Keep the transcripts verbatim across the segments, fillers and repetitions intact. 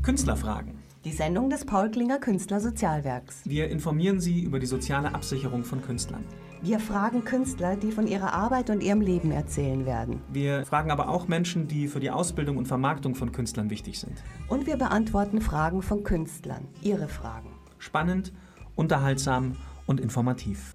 Künstlerfragen. Die Sendung des Paul Klinger Künstlersozialwerks. Wir informieren Sie über die soziale Absicherung von Künstlern. Wir fragen Künstler, die von ihrer Arbeit und ihrem Leben erzählen werden. Wir fragen aber auch Menschen, die für die Ausbildung und Vermarktung von Künstlern wichtig sind. Und wir beantworten Fragen von Künstlern, ihre Fragen. Spannend, unterhaltsam und informativ.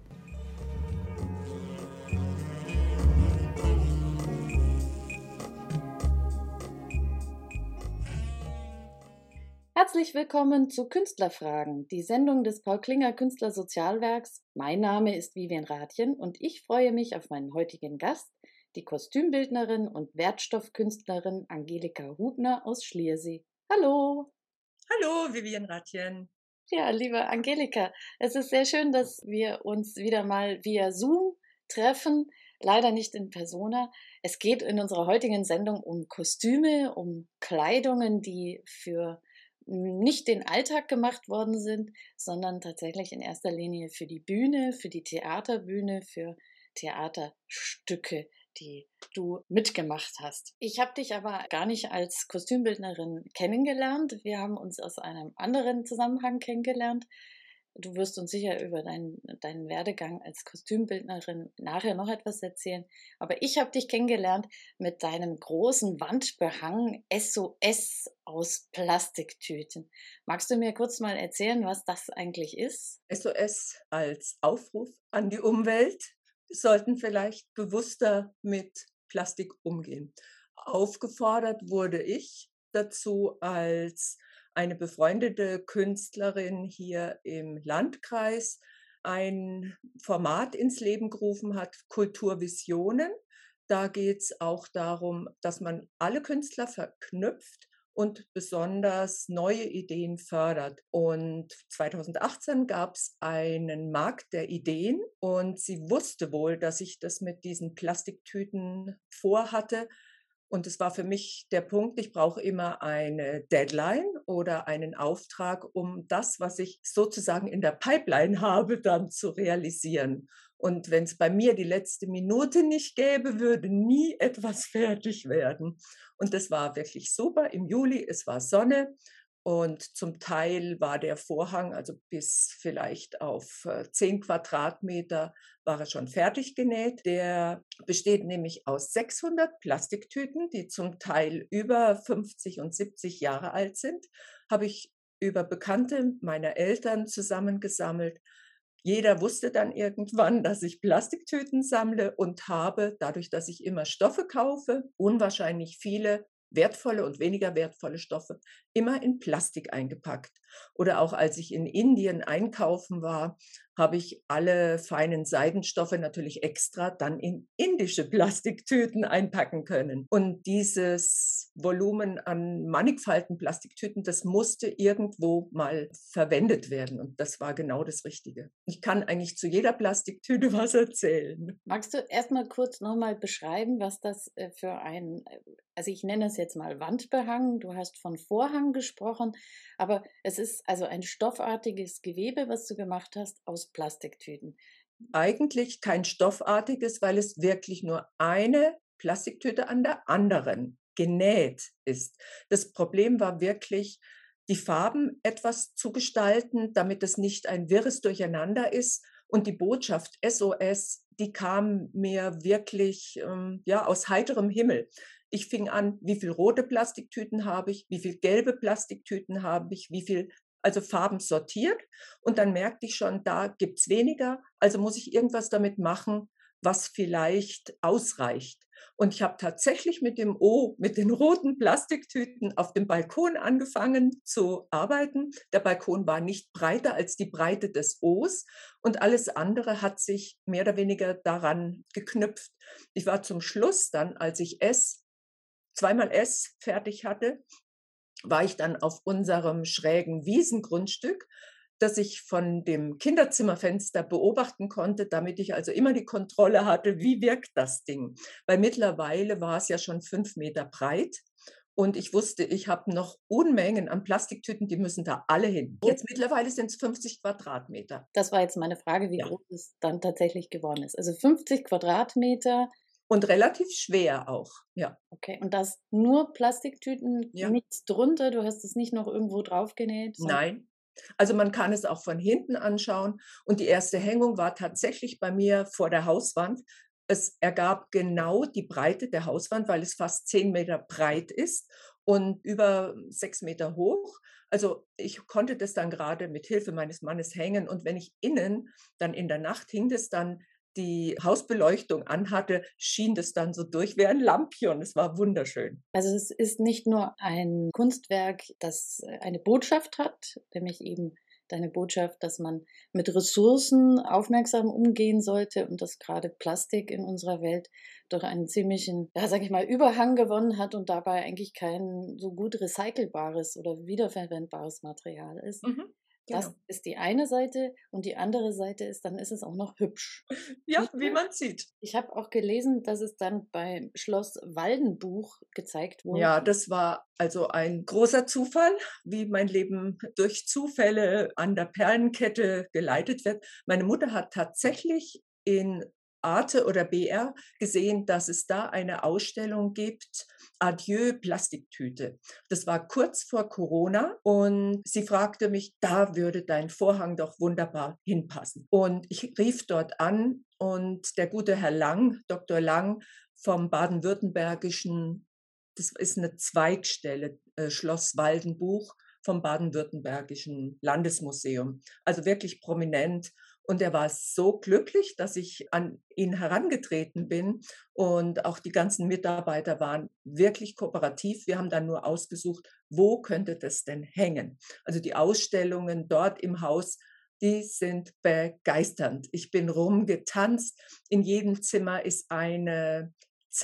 Herzlich willkommen zu Künstlerfragen, die Sendung des Paul Klinger Künstlersozialwerks. Mein Name ist Vivian Rathjen und ich freue mich auf meinen heutigen Gast, die Kostümbildnerin und Wertstoffkünstlerin Angelika Hubner aus Schliersee. Hallo! Hallo, Vivian Rathjen. Ja, liebe Angelika, es ist sehr schön, dass wir uns wieder mal via Zoom treffen, leider nicht in Persona. Es geht in unserer heutigen Sendung um Kostüme, um Kleidungen, die für nicht den Alltag gemacht worden sind, sondern tatsächlich in erster Linie für die Bühne, für die Theaterbühne, für Theaterstücke, die du mitgemacht hast. Ich habe dich aber gar nicht als Kostümbildnerin kennengelernt. Wir haben uns aus einem anderen Zusammenhang kennengelernt. Du wirst uns sicher über deinen, deinen Werdegang als Kostümbildnerin nachher noch etwas erzählen. Aber ich habe dich kennengelernt mit deinem großen Wandbehang S O S aus Plastiktüten. Magst du mir kurz mal erzählen, was das eigentlich ist? S O S als Aufruf an die Umwelt. Wir sollten vielleicht bewusster mit Plastik umgehen. Aufgefordert wurde ich dazu, als eine befreundete Künstlerin hier im Landkreis ein Format ins Leben gerufen hat, Kulturvisionen. Da geht es auch darum, dass man alle Künstler verknüpft und besonders neue Ideen fördert. Und zweitausendachtzehn gab es einen Markt der Ideen und sie wusste wohl, dass ich das mit diesen Plastiktüten vorhatte. Und es war für mich der Punkt, ich brauche immer eine Deadline oder einen Auftrag, um das, was ich sozusagen in der Pipeline habe, dann zu realisieren. Und wenn es bei mir die letzte Minute nicht gäbe, würde nie etwas fertig werden. Und das war wirklich super im Juli, es war Sonne. Und zum Teil war der Vorhang, also bis vielleicht auf zehn Quadratmeter, war er schon fertig genäht. Der besteht nämlich aus sechshundert Plastiktüten, die zum Teil über fünfzig und siebzig Jahre alt sind. Habe ich über Bekannte meiner Eltern zusammengesammelt. Jeder wusste dann irgendwann, dass ich Plastiktüten sammle und habe, dadurch, dass ich immer Stoffe kaufe, unwahrscheinlich viele wertvolle und weniger wertvolle Stoffe immer in Plastik eingepackt. Oder auch als ich in Indien einkaufen war, habe ich alle feinen Seidenstoffe natürlich extra dann in indische Plastiktüten einpacken können. Und dieses Volumen an mannigfaltigen Plastiktüten, das musste irgendwo mal verwendet werden. Und das war genau das Richtige. Ich kann eigentlich zu jeder Plastiktüte was erzählen. Magst du erstmal kurz nochmal beschreiben, was das für ein, also ich nenne es jetzt mal Wandbehang, du hast von Vorhang gesprochen, aber es ist also ein stoffartiges Gewebe, was du gemacht hast aus Plastiktüten. Eigentlich kein stoffartiges, weil es wirklich nur eine Plastiktüte an der anderen genäht ist. Das Problem war wirklich, die Farben etwas zu gestalten, damit es nicht ein wirres Durcheinander ist. Und die Botschaft S O S, die kam mir wirklich ähm, ja, aus heiterem Himmel. Ich fing an, wie viel rote Plastiktüten habe ich, wie viel gelbe Plastiktüten habe ich, wie viel, also Farben sortiert. Und dann merkte ich schon, da gibt es weniger, also muss ich irgendwas damit machen, was vielleicht ausreicht. Und ich habe tatsächlich mit dem O, mit den roten Plastiktüten auf dem Balkon angefangen zu arbeiten. Der Balkon war nicht breiter als die Breite des O's und alles andere hat sich mehr oder weniger daran geknüpft. Ich war zum Schluss dann, als ich S, zweimal S fertig hatte, war ich dann auf unserem schrägen Wiesengrundstück, das ich von dem Kinderzimmerfenster beobachten konnte, damit ich also immer die Kontrolle hatte, wie wirkt das Ding. Weil mittlerweile war es ja schon fünf Meter breit und ich wusste, ich habe noch Unmengen an Plastiktüten, die müssen da alle hin. Jetzt mittlerweile sind es fünfzig Quadratmeter. Das war jetzt meine Frage, wie Ja. groß es dann tatsächlich geworden ist. Also fünfzig Quadratmeter Und relativ schwer auch, ja. Okay, und da ist nur Plastiktüten, Ja. nichts drunter? Du hast es nicht noch irgendwo draufgenäht, sondern Nein. Also, man kann es auch von hinten anschauen und die erste Hängung war tatsächlich bei mir vor der Hauswand. Es ergab genau die Breite der Hauswand, weil es fast zehn Meter breit ist und über sechs Meter hoch. Also, ich konnte das dann grade mit Hilfe meines Mannes hängen und wenn ich innen dann in der Nacht hing das dann die Hausbeleuchtung anhatte, schien das dann so durch wie ein Lampion. Es war wunderschön. Also, es ist nicht nur ein Kunstwerk, das äh, eine Botschaft hat, nämlich eben deine Botschaft, dass man mit Ressourcen aufmerksam umgehen sollte und dass gerade Plastik in unserer Welt doch einen ziemlichen, ja, sage ich mal, Überhang gewonnen hat und dabei eigentlich kein so gut recycelbares oder wiederverwendbares Material ist. Mhm, Das genau. ist die eine Seite und die andere Seite ist, dann ist es auch noch hübsch. Ja, wie man sieht. Ich habe auch gelesen, dass es dann beim Schloss Waldenbuch gezeigt wurde. Ja, das war also ein großer Zufall, wie mein Leben durch Zufälle an der Perlenkette geleitet wird. Meine Mutter hat tatsächlich in Arte oder B R gesehen, dass es da eine Ausstellung gibt, „Adieu Plastiktüte“. Das war kurz vor Corona und sie fragte mich: „Da würde dein Vorhang doch wunderbar hinpassen.“ Und ich rief dort an und der gute Herr Lang, Doktor Lang vom baden-württembergischen, das ist eine Zweigstelle, äh, Schloss Waldenbuch vom baden-württembergischen Landesmuseum, also wirklich prominent. Und er war so glücklich, dass ich an ihn herangetreten bin und auch die ganzen Mitarbeiter waren wirklich kooperativ. Wir haben dann nur ausgesucht, wo könnte das denn hängen? Also, die Ausstellungen dort im Haus, die sind begeisternd. Ich bin rumgetanzt. In jedem Zimmer ist eine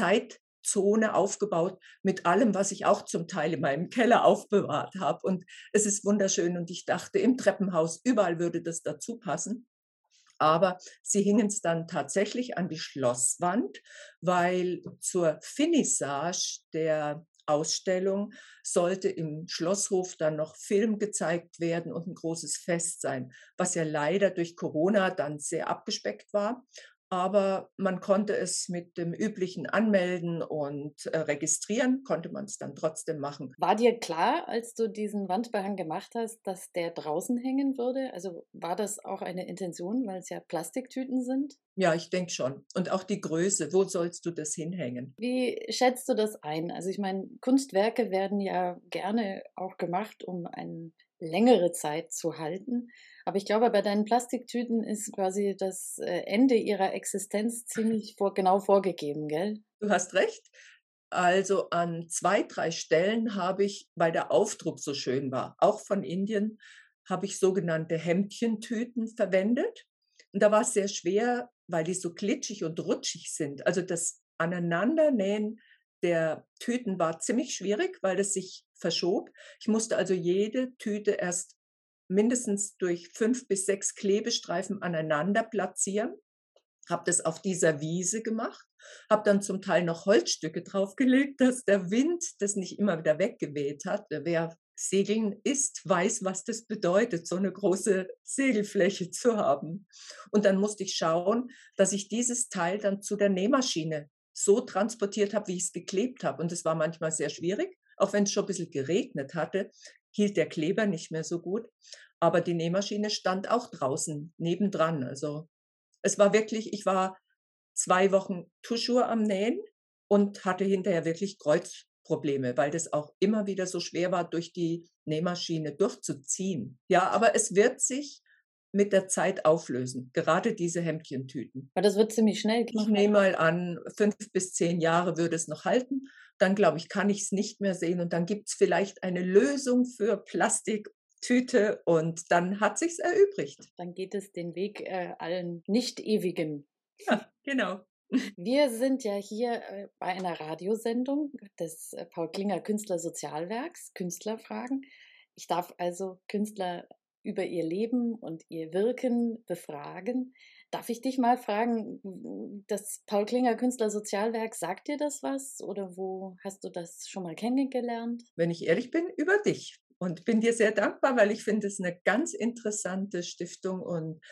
Zeitzone aufgebaut mit allem, was ich auch zum Teil in meinem Keller aufbewahrt habe. Und es ist wunderschön und ich dachte, im Treppenhaus, überall würde das dazu passen. Aber sie hingen es dann tatsächlich an die Schlosswand, weil zur Finissage der Ausstellung sollte im Schlosshof dann noch Film gezeigt werden und ein großes Fest sein, was ja leider durch Corona dann sehr abgespeckt war. Aber man konnte es mit dem üblichen Anmelden und, äh, Registrieren konnte man es dann trotzdem machen. War dir klar, als du diesen Wandbehang gemacht hast, dass der draußen hängen würde? Also, war das auch eine Intention, weil es ja Plastiktüten sind? Ja, ich denke schon. Und auch die Größe, wo sollst du das hinhängen? Wie schätzt du das ein? Also, ich meine, Kunstwerke werden ja gerne auch gemacht, um eine längere Zeit zu halten. Aber ich glaube, bei deinen Plastiktüten ist quasi das, äh, Ende ihrer Existenz ziemlich vor genau vorgegeben, gell? Du hast recht. Also, an zwei drei Stellen habe ich, weil der Aufdruck so schön war, auch von Indien, habe ich sogenannte Hemdchentüten verwendet. Und da war es sehr schwer, weil die so glitschig und rutschig sind. Also, das Aneinandernähen der Tüten war ziemlich schwierig, weil es sich verschob. Ich musste also jede Tüte erst mindestens durch fünf bis sechs Klebestreifen aneinander platzieren. Habe das auf dieser Wiese gemacht, habe dann zum Teil noch Holzstücke draufgelegt, dass der Wind das nicht immer wieder weggeweht hat. Wer segeln ist, weiß, was das bedeutet, so eine große Segelfläche zu haben. Und dann musste ich schauen, dass ich dieses Teil dann zu der Nähmaschine so transportiert habe, wie ich es geklebt habe. Und es war manchmal sehr schwierig, auch wenn es schon ein bisschen geregnet hatte, hielt der Kleber nicht mehr so gut. Aber die Nähmaschine stand auch draußen nebendran. Also, es war wirklich, ich war zwei Wochen Tuschur am Nähen und hatte hinterher wirklich Kreuzprobleme, weil das auch immer wieder so schwer war, durch die Nähmaschine durchzuziehen. Ja, aber es wird sich mit der Zeit auflösen, gerade diese Hemdchentüten. Weil das wird ziemlich schnell Ich gemacht. nehme mal an, fünf bis zehn Jahre würde es noch halten. Dann glaube ich, kann ich es nicht mehr sehen und dann gibt es vielleicht eine Lösung für Plastiktüte und dann hat sich's erübrigt. Dann geht es den Weg, äh, allen Nicht-Ewigen. Ja, genau. Wir sind ja hier äh, bei einer Radiosendung des äh, Paul Klinger Künstlersozialwerks, Künstlerfragen. Ich darf also Künstler über ihr Leben und ihr Wirken befragen. Darf ich dich mal fragen, w- das Paul Klinger Künstlersozialwerk, sagt dir das was oder wo hast du das schon mal kennengelernt? Wenn ich ehrlich bin, über dich und bin dir sehr dankbar, weil ich finde es eine ganz interessante Stiftung und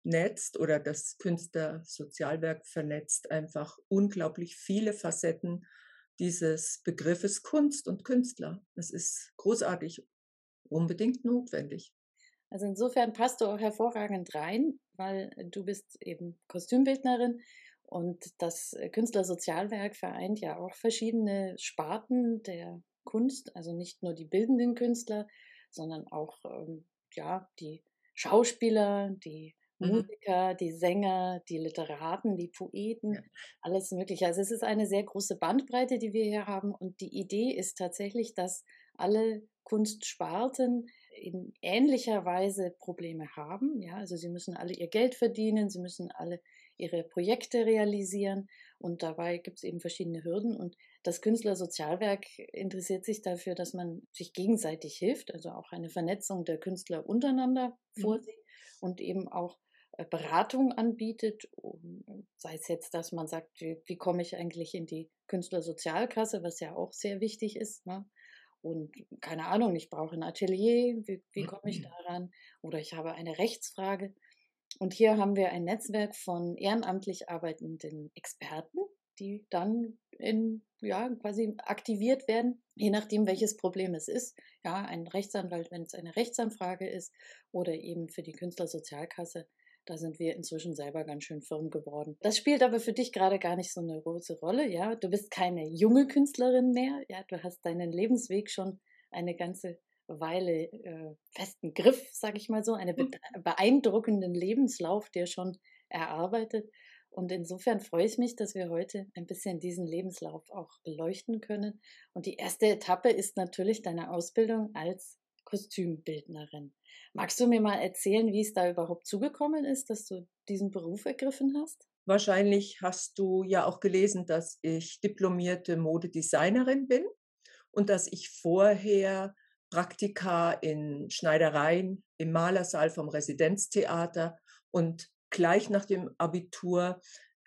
vernetzt oder das Künstlersozialwerk vernetzt einfach unglaublich viele Facetten dieses Begriffes Kunst und Künstler. Das ist großartig, unbedingt notwendig. Also insofern passt du auch hervorragend rein, weil du bist eben Kostümbildnerin und das äh, Künstlersozialwerk vereint ja auch verschiedene Sparten der Kunst, also nicht nur die bildenden Künstler, sondern auch ähm, ja, die Schauspieler, die Mhm. Musiker, die Sänger, die Literaten, die Ja. Poeten, alles Mögliche. Also es ist eine sehr große Bandbreite, die wir hier haben und die Idee ist tatsächlich, dass alle Kunstsparten in ähnlicher Weise Probleme haben. Ja, also sie müssen alle ihr Geld verdienen, sie müssen alle ihre Projekte realisieren und dabei gibt es eben verschiedene Hürden und das Künstlersozialwerk interessiert sich dafür, dass man sich gegenseitig hilft, also auch eine Vernetzung der Künstler untereinander Mhm. vorsieht und eben auch äh, Beratung anbietet, um, sei es jetzt, dass man sagt, wie, wie komme ich eigentlich in die Künstlersozialkasse, was ja auch sehr wichtig ist, ne? Und keine Ahnung, ich brauche ein Atelier, wie, wie komme ich daran? Oder ich habe eine Rechtsfrage. Und hier haben wir ein Netzwerk von ehrenamtlich arbeitenden Experten, die dann in, ja, quasi aktiviert werden, je nachdem, welches Problem es ist. Ja, ein Rechtsanwalt, wenn es eine Rechtsanfrage ist, oder eben für die Künstlersozialkasse. Da sind wir inzwischen selber ganz schön firm geworden. Das spielt aber für dich gerade gar nicht so eine große Rolle, ja. Du bist keine junge Künstlerin mehr, ja. Du hast deinen Lebensweg schon eine ganze Weile äh, festen Griff, sage ich mal so, einen be beeindruckenden Lebenslauf dir schon erarbeitet. Und insofern freue ich mich, dass wir heute ein bisschen diesen Lebenslauf auch beleuchten können. Und die erste Etappe ist natürlich deine Ausbildung als Kostümbildnerin. Magst du mir mal erzählen, wie es da überhaupt zugekommen ist, dass du diesen Beruf ergriffen hast? Wahrscheinlich hast du ja auch gelesen, dass ich diplomierte Modedesignerin bin und dass ich vorher Praktika in Schneidereien, im Malersaal vom Residenztheater und gleich nach dem Abitur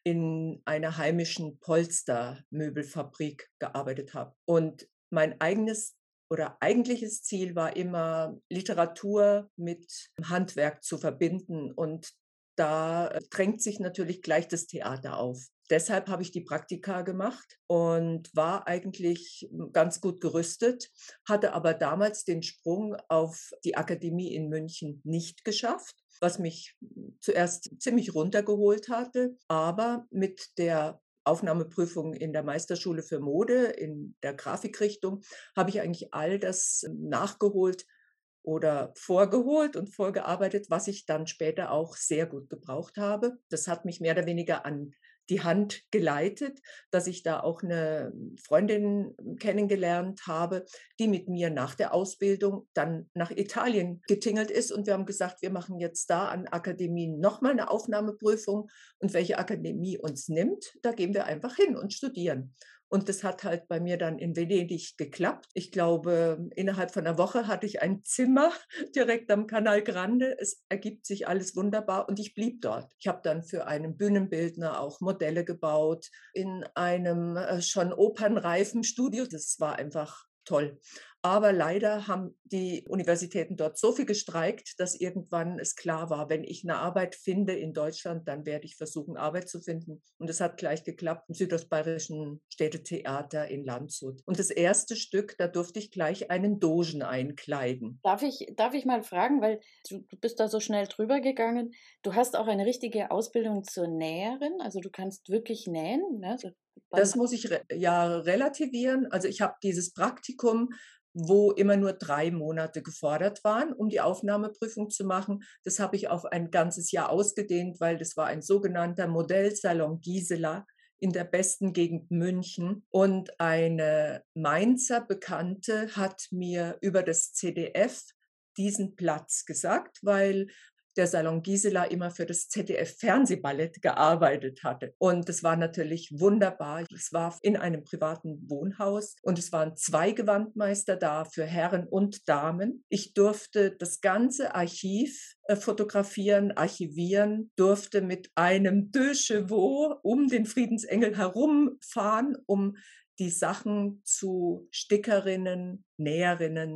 in einer heimischen Polstermöbelfabrik gearbeitet habe. Und mein eigenes oder eigentliches Ziel war immer, Literatur mit Handwerk zu verbinden. Und da äh, drängt sich natürlich gleich das Theater auf. Deshalb habe ich die Praktika gemacht und war eigentlich hm, ganz gut gerüstet, hatte aber damals den Sprung auf die Akademie in München nicht geschafft, was mich hm, zuerst ziemlich runtergeholt hatte. Aber mit der Aufnahmeprüfung in der Meisterschule für Mode in der Grafikrichtung habe ich eigentlich all das ähm, nachgeholt oder vorgeholt und vorgearbeitet, was ich dann später auch sehr gut gebraucht habe. Das hat mich mehr oder weniger an die Hand geleitet, dass ich da auch eine Freundin kennengelernt habe, die mit mir nach der Ausbildung dann nach Italien getingelt ist und wir haben gesagt, wir machen jetzt da an Akademien noch mal 'ne Aufnahmeprüfung und welche Akademie uns nimmt, da gehen wir einfach hin und studieren. Und das hat halt bei mir dann in Venedig geklappt. Ich glaube, innerhalb von einer Woche hatte ich ein Zimmer direkt am Canal Grande. Es ergibt sich alles wunderbar und ich blieb dort. Ich habe dann für einen Bühnenbildner auch Modelle gebaut in einem, äh, schon opernreifen Studio. Das war einfach toll. Aber leider haben die Universitäten dort so viel gestreikt, dass irgendwann es klar war, wenn ich eine Arbeit finde in Deutschland, dann werde ich versuchen, Arbeit zu finden. Und es hat gleich geklappt im Südostbayerischen Städtetheater in Landshut. Und das erste Stück, da durfte ich gleich einen Dogen einkleiden. Darf ich, darf ich mal fragen, weil du, du bist da so schnell drüber gegangen. Du hast auch eine richtige Ausbildung zur Näherin, also du kannst wirklich nähen. Ne? So beim Das muss ich re ja relativieren. Also, ich habe dieses Praktikum, wo immer nur drei Monate gefordert waren, um die Aufnahmeprüfung zu machen. Das habe ich auf ein ganzes Jahr ausgedehnt, weil das war ein sogenannter Modellsalon Gisela in der besten Gegend München. Und eine Mainzer Bekannte hat mir über das Z D F diesen Platz gesagt, weil der Salon Gisela immer für das Z D F-Fernsehballett gearbeitet hatte. Und das war natürlich wunderbar. Es war in einem privaten Wohnhaus und es waren zwei Gewandmeister da für Herren und Damen. Ich durfte das ganze Archiv äh, fotografieren, archivieren, durfte mit einem Deux Chevaux um den Friedensengel herumfahren, um die Sachen zu Stickerinnen, Näherinnen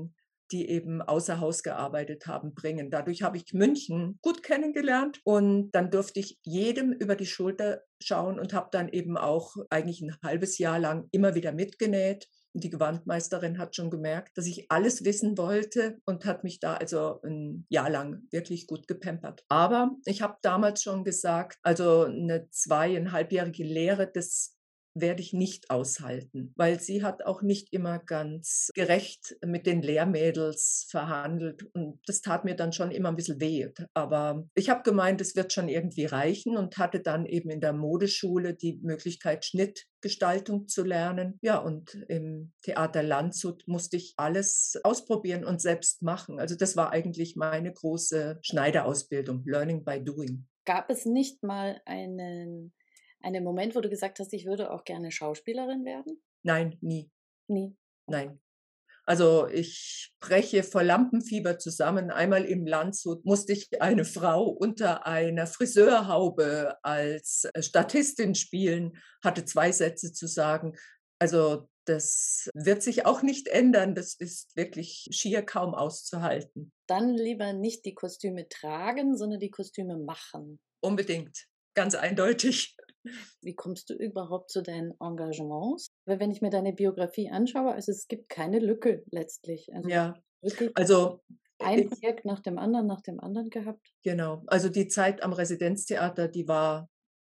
die eben außer Haus gearbeitet haben, bringen. Dadurch habe ich München gut kennengelernt und dann durfte ich jedem über die Schulter schauen und habe dann eben auch eigentlich ein halbes Jahr lang immer wieder mitgenäht. Und die Gewandmeisterin hat schon gemerkt, dass ich alles wissen wollte und hat mich da also ein Jahr lang wirklich gut gepampert. Aber ich habe damals schon gesagt, also eine zweieinhalbjährige Lehre, das werde ich nicht aushalten, weil sie hat auch nicht immer ganz gerecht mit den Lehrmädels verhandelt und das tat mir dann schon immer ein bisschen weh. Aber ich habe gemeint, es wird schon irgendwie reichen und hatte dann eben in der Modeschule die Möglichkeit, Schnittgestaltung zu lernen. Ja, und im Theater Landshut musste ich alles ausprobieren und selbst machen. Also das war eigentlich meine große Schneiderausbildung, Learning by Doing. Gab es nicht mal einen Einen Moment, wo du gesagt hast, ich würde auch gerne Schauspielerin werden? Nein, nie. Nie. Nein. Also ich breche vor Lampenfieber zusammen. Einmal im Landshut musste ich eine Frau unter einer Friseurhaube als Statistin spielen, hatte zwei Sätze zu sagen. Also das wird sich auch nicht ändern. Das ist wirklich schier kaum auszuhalten. Dann lieber nicht die Kostüme tragen, sondern die Kostüme machen. Unbedingt. Ganz eindeutig. Wie kommst du überhaupt zu deinen Engagements? Weil wenn ich mir deine Biografie anschaue, also es gibt keine Lücke letztlich. Also Ja, wirklich also ein ich, Projekt nach dem anderen, nach dem anderen gehabt. genau. Also die Zeit am Residenztheater, die war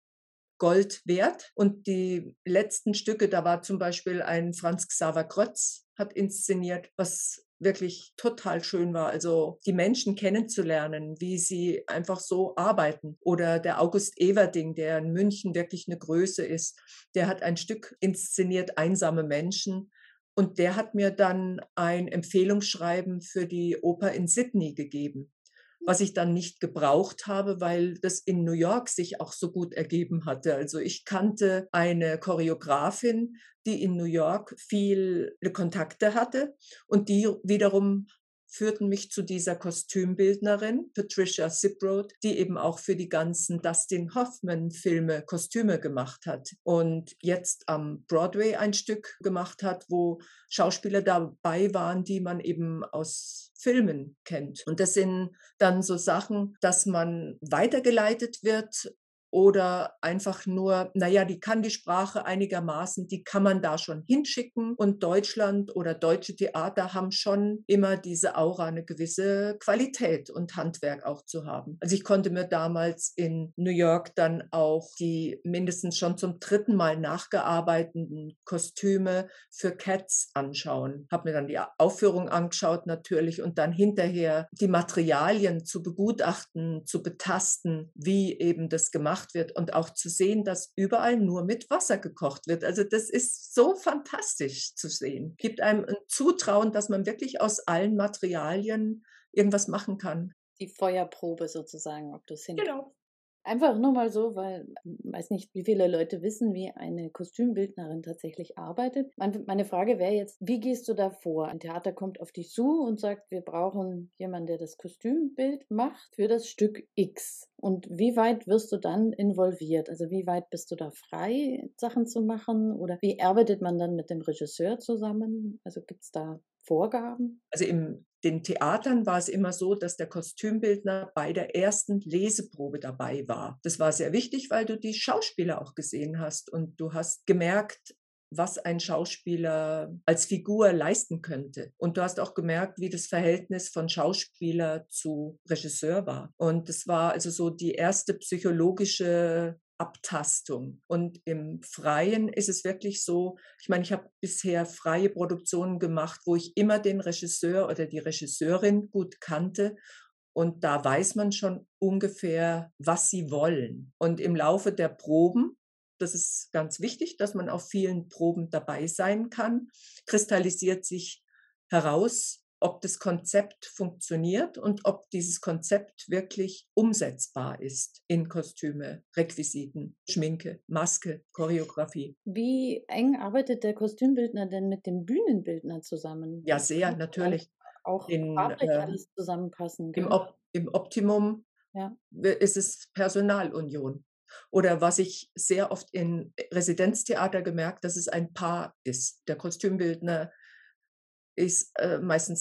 Gold wert. Und die letzten Stücke, da war zum Beispiel ein Franz Xaver Krötz, hat inszeniert, was wirklich total schön war. Also die Menschen kennenzulernen, wie sie einfach so arbeiten. Oder der August Everding, der in München wirklich eine Größe ist, der hat ein Stück inszeniert, Einsame Menschen. Und der hat mir dann ein Empfehlungsschreiben für die Oper in Sydney gegeben, was ich dann nicht gebraucht habe, weil das in New York sich auch so gut ergeben hatte. Also ich kannte eine Choreografin, die in New York viele Kontakte hatte und die wiederum führten mich zu dieser Kostümbildnerin, Patricia Sibrod, die eben auch für die ganzen Dustin Hoffman-Filme Kostüme gemacht hat und jetzt am Broadway ein Stück gemacht hat, wo Schauspieler dabei waren, die man eben aus Filmen kennt. Und das sind dann so Sachen, dass man weitergeleitet wird oder einfach nur, naja, die kann die Sprache einigermaßen, die kann man da schon hinschicken. Und Deutschland oder deutsche Theater haben schon immer diese Aura, eine gewisse Qualität und Handwerk auch zu haben. Also ich konnte mir damals in New York dann auch die mindestens schon zum dritten Mal nachgearbeiteten Kostüme für Cats anschauen. Habe mir dann die Aufführung angeschaut natürlich und dann hinterher die Materialien zu begutachten, zu betasten, wie eben das gemacht wird und auch zu sehen, dass überall nur mit Wasser gekocht wird. Also das ist so fantastisch zu sehen. Gibt einem ein Zutrauen, dass man wirklich aus allen Materialien irgendwas machen kann. Die Feuerprobe sozusagen, ob du es hinkriegst. Genau. Einfach nur mal so, weil ich weiß nicht, wie viele Leute wissen, wie eine Kostümbildnerin tatsächlich arbeitet. Meine Frage wäre jetzt, wie gehst du da vor? Ein Theater kommt auf dich zu und sagt, wir brauchen jemanden, der das Kostümbild macht für das Stück X. Und wie weit wirst du dann involviert? Also wie weit bist du da frei, Sachen zu machen? Oder wie arbeitet man dann mit dem Regisseur zusammen? Also gibt es da Vorgaben? Also in den Theatern war es immer so, dass der Kostümbildner bei der ersten Leseprobe dabei war. Das war sehr wichtig, weil du die Schauspieler auch gesehen hast und du hast gemerkt, was ein Schauspieler als Figur leisten könnte. Und du hast auch gemerkt, wie das Verhältnis von Schauspieler zu Regisseur war. Und das war also so die erste psychologische Abtastung. Und im Freien ist es wirklich so, ich meine, ich habe bisher freie Produktionen gemacht, wo ich immer den Regisseur oder die Regisseurin gut kannte. Und da weiß man schon ungefähr, was sie wollen. Und im Laufe der Proben, das ist ganz wichtig, dass man auf vielen Proben dabei sein kann, kristallisiert sich heraus, ob das Konzept funktioniert und ob dieses Konzept wirklich umsetzbar ist in Kostüme, Requisiten, Schminke, Maske, Choreografie. Wie eng arbeitet der Kostümbildner denn mit dem Bühnenbildner zusammen? Ja, sehr, natürlich. Auch In, farblich äh, alles zusammenpassen. Im, Gell? Op im Optimum Ja. ist es Personalunion. Oder was ich sehr oft in Residenztheater gemerkt, dass es ein Paar ist. Der Kostümbildner ist äh, meistens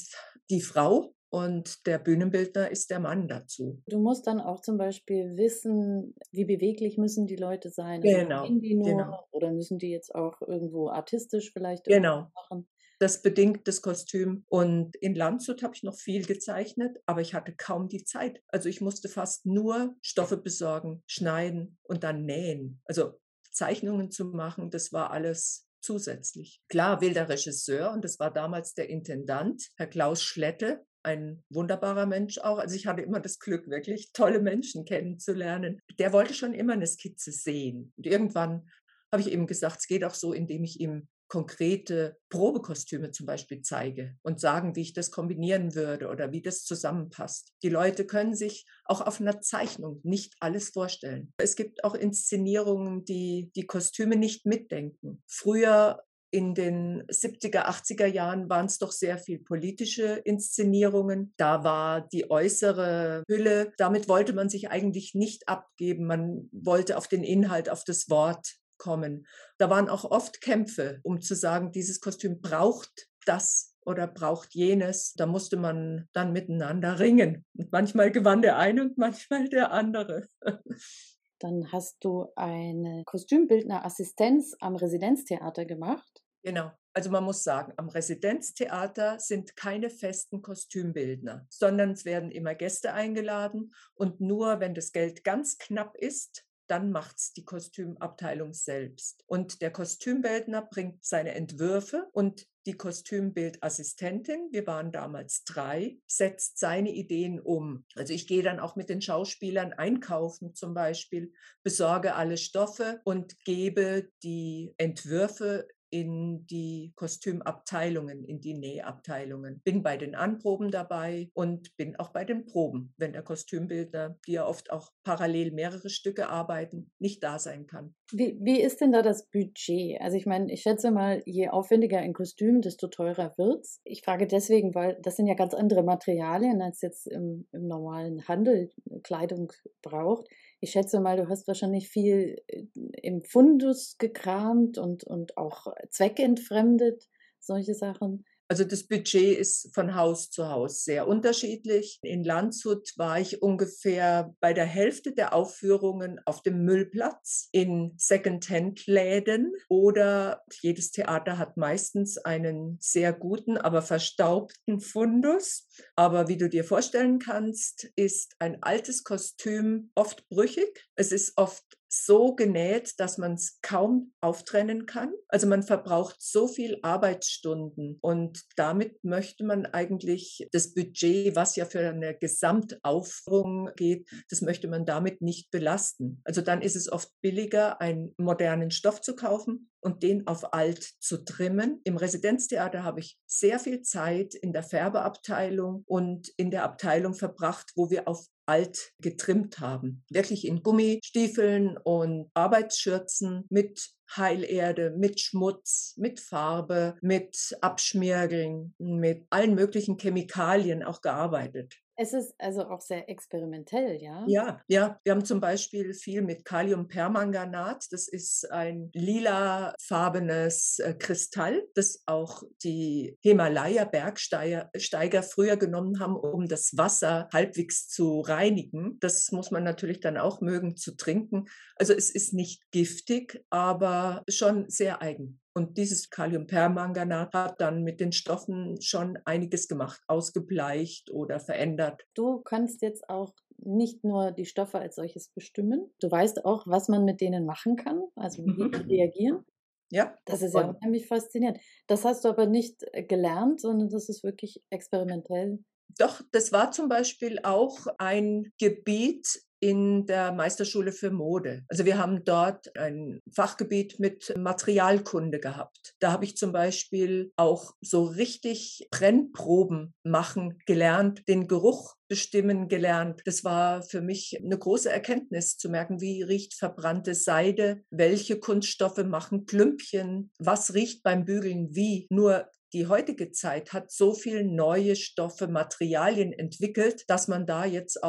die Frau und der Bühnenbildner ist der Mann dazu. Du musst dann auch zum Beispiel wissen, wie beweglich müssen die Leute sein? Also Genau, stehen die nur genau. oder müssen die jetzt auch irgendwo artistisch vielleicht irgendwas Genau. machen? Das bedingt das Kostüm. Und in Landshut habe ich noch viel gezeichnet, aber ich hatte kaum die Zeit. Also ich musste fast nur Stoffe besorgen, schneiden und dann nähen. Also Zeichnungen zu machen, das war alles zusätzlich. Klar, will der Regisseur, und das war damals der Intendant, Herr Klaus Schlette, ein wunderbarer Mensch auch. Also ich hatte immer das Glück, wirklich tolle Menschen kennenzulernen. Der wollte schon immer eine Skizze sehen. Und irgendwann habe ich ihm gesagt, es geht auch so, indem ich ihm konkrete Probekostüme zum Beispiel zeige und sagen, wie ich das kombinieren würde oder wie das zusammenpasst. Die Leute können sich auch auf einer Zeichnung nicht alles vorstellen. Es gibt auch Inszenierungen, die die Kostüme nicht mitdenken. Früher in den siebziger, achtziger Jahren waren es doch sehr viel politische Inszenierungen. Da war die äußere Hülle, damit wollte man sich eigentlich nicht abgeben. Man wollte auf den Inhalt, auf das Wort kommen. Da waren auch oft Kämpfe, um zu sagen, dieses Kostüm braucht das oder braucht jenes. Da musste man dann miteinander ringen. Und manchmal gewann der eine und manchmal der andere. Dann hast du eine Kostümbildnerassistenz am Residenztheater gemacht. Genau. Also man muss sagen, am Residenztheater sind keine festen Kostümbildner, sondern es werden immer Gäste eingeladen und nur wenn das Geld ganz knapp ist, dann macht es die Kostümabteilung selbst. Und der Kostümbildner bringt seine Entwürfe und die Kostümbildassistentin, wir waren damals drei, setzt seine Ideen um. Also ich gehe dann auch mit den Schauspielern einkaufen zum Beispiel, besorge alle Stoffe und gebe die Entwürfe in die Kostümabteilungen, in die Nähabteilungen. Bin bei den Anproben dabei und bin auch bei den Proben, wenn der Kostümbildner, die ja oft auch parallel mehrere Stücke arbeiten, nicht da sein kann. Wie, wie ist denn da das Budget? Also ich meine, ich schätze mal, je aufwendiger ein Kostüm, desto teurer wird's. Ich frage deswegen, weil das sind ja ganz andere Materialien, als jetzt im, im normalen Handel Kleidung braucht. Ich schätze mal, du hast wahrscheinlich viel im Fundus gekramt und, und auch zweckentfremdet, solche Sachen. Also das Budget ist von Haus zu Haus sehr unterschiedlich. In Landshut war ich ungefähr bei der Hälfte der Aufführungen auf dem Müllplatz in Second-Hand-Läden oder jedes Theater hat meistens einen sehr guten, aber verstaubten Fundus. Aber wie du dir vorstellen kannst, ist ein altes Kostüm oft brüchig. Es ist oft so genäht, dass man es kaum auftrennen kann. Also man verbraucht so viel Arbeitsstunden und damit möchte man eigentlich das Budget, was ja für eine Gesamtaufführung geht, das möchte man damit nicht belasten. Also dann ist es oft billiger, einen modernen Stoff zu kaufen und den auf alt zu trimmen. Im Residenztheater habe ich sehr viel Zeit in der Färbeabteilung und in der Abteilung verbracht, wo wir auf alt getrimmt haben. Wirklich in Gummistiefeln und Arbeitsschürzen mit Heilerde, mit Schmutz, mit Farbe, mit Abschmirgeln, mit allen möglichen Chemikalien auch gearbeitet. Es ist also auch sehr experimentell, ja? Ja, ja. Wir haben zum Beispiel viel mit Kaliumpermanganat. Das ist ein lilafarbenes äh, Kristall, das auch die Himalaya-Bergsteiger früher genommen haben, um das Wasser halbwegs zu reinigen. Das muss man natürlich dann auch mögen zu trinken. Also es ist nicht giftig, aber schon sehr eigen. Und dieses Kaliumpermanganat hat dann mit den Stoffen schon einiges gemacht, ausgebleicht oder verändert. Du kannst jetzt auch nicht nur die Stoffe als solches bestimmen, du weißt auch, was man mit denen machen kann, also wie die reagieren. Ja. Das ist ja Und unheimlich faszinierend. Das hast du aber nicht gelernt, sondern das ist wirklich experimentell. Doch, das war zum Beispiel auch ein Gebiet in der Meisterschule für Mode. Also wir haben dort ein Fachgebiet mit Materialkunde gehabt. Da habe ich zum Beispiel auch so richtig Brennproben machen gelernt, den Geruch bestimmen gelernt. Das war für mich eine große Erkenntnis, zu merken, wie riecht verbrannte Seide, welche Kunststoffe machen Klümpchen, was riecht beim Bügeln wie. Nur die heutige Zeit hat so viele neue Stoffe, Materialien entwickelt, dass man da jetzt auch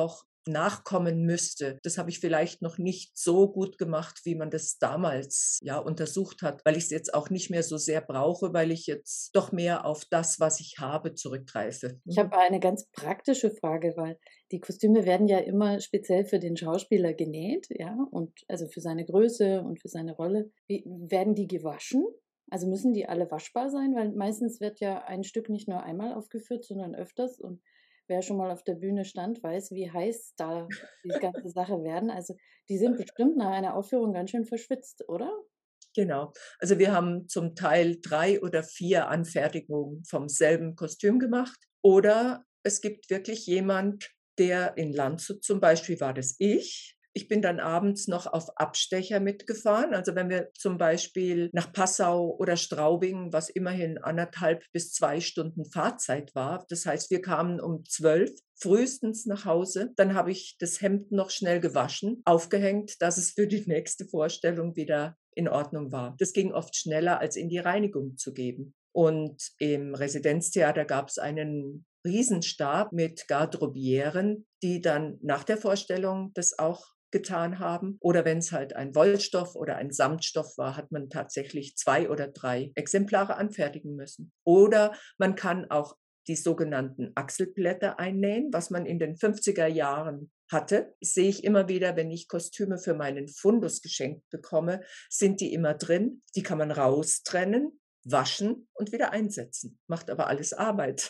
nachkommen müsste, das habe ich vielleicht noch nicht so gut gemacht, wie man das damals ja untersucht hat, weil ich es jetzt auch nicht mehr so sehr brauche, weil ich jetzt doch mehr auf das, was ich habe, zurückgreife. Ich habe eine ganz praktische Frage, weil die Kostüme werden ja immer speziell für den Schauspieler genäht, ja, und also für seine Größe und für seine Rolle. Wie, werden die gewaschen? Also müssen die alle waschbar sein? Weil meistens wird ja ein Stück nicht nur einmal aufgeführt, sondern öfters. Und wer schon mal auf der Bühne stand, weiß, wie heiß da die ganze Sache werden. Also die sind bestimmt nach einer Aufführung ganz schön verschwitzt, oder? Genau. Also wir haben zum Teil drei oder vier Anfertigungen vom selben Kostüm gemacht. Oder es gibt wirklich jemand, der in Landshut zum Beispiel war das ich. Ich bin dann abends noch auf Abstecher mitgefahren. Also wenn wir zum Beispiel nach Passau oder Straubing, was immerhin anderthalb bis zwei Stunden Fahrzeit war. Das heißt, wir kamen um zwölf frühestens nach Hause. Dann habe ich das Hemd noch schnell gewaschen, aufgehängt, dass es für die nächste Vorstellung wieder in Ordnung war. Das ging oft schneller, als in die Reinigung zu geben. Und im Residenztheater gab es einen Riesenstab mit Garderobieren, die dann nach der Vorstellung das auch getan haben. Oder wenn es halt ein Wollstoff oder ein Samtstoff war, hat man tatsächlich zwei oder drei Exemplare anfertigen müssen. Oder man kann auch die sogenannten Achselblätter einnähen, was man in den fünfziger Jahren hatte. Das sehe ich immer wieder, wenn ich Kostüme für meinen Fundus geschenkt bekomme, sind die immer drin. Die kann man raustrennen, waschen und wieder einsetzen. Macht aber alles Arbeit.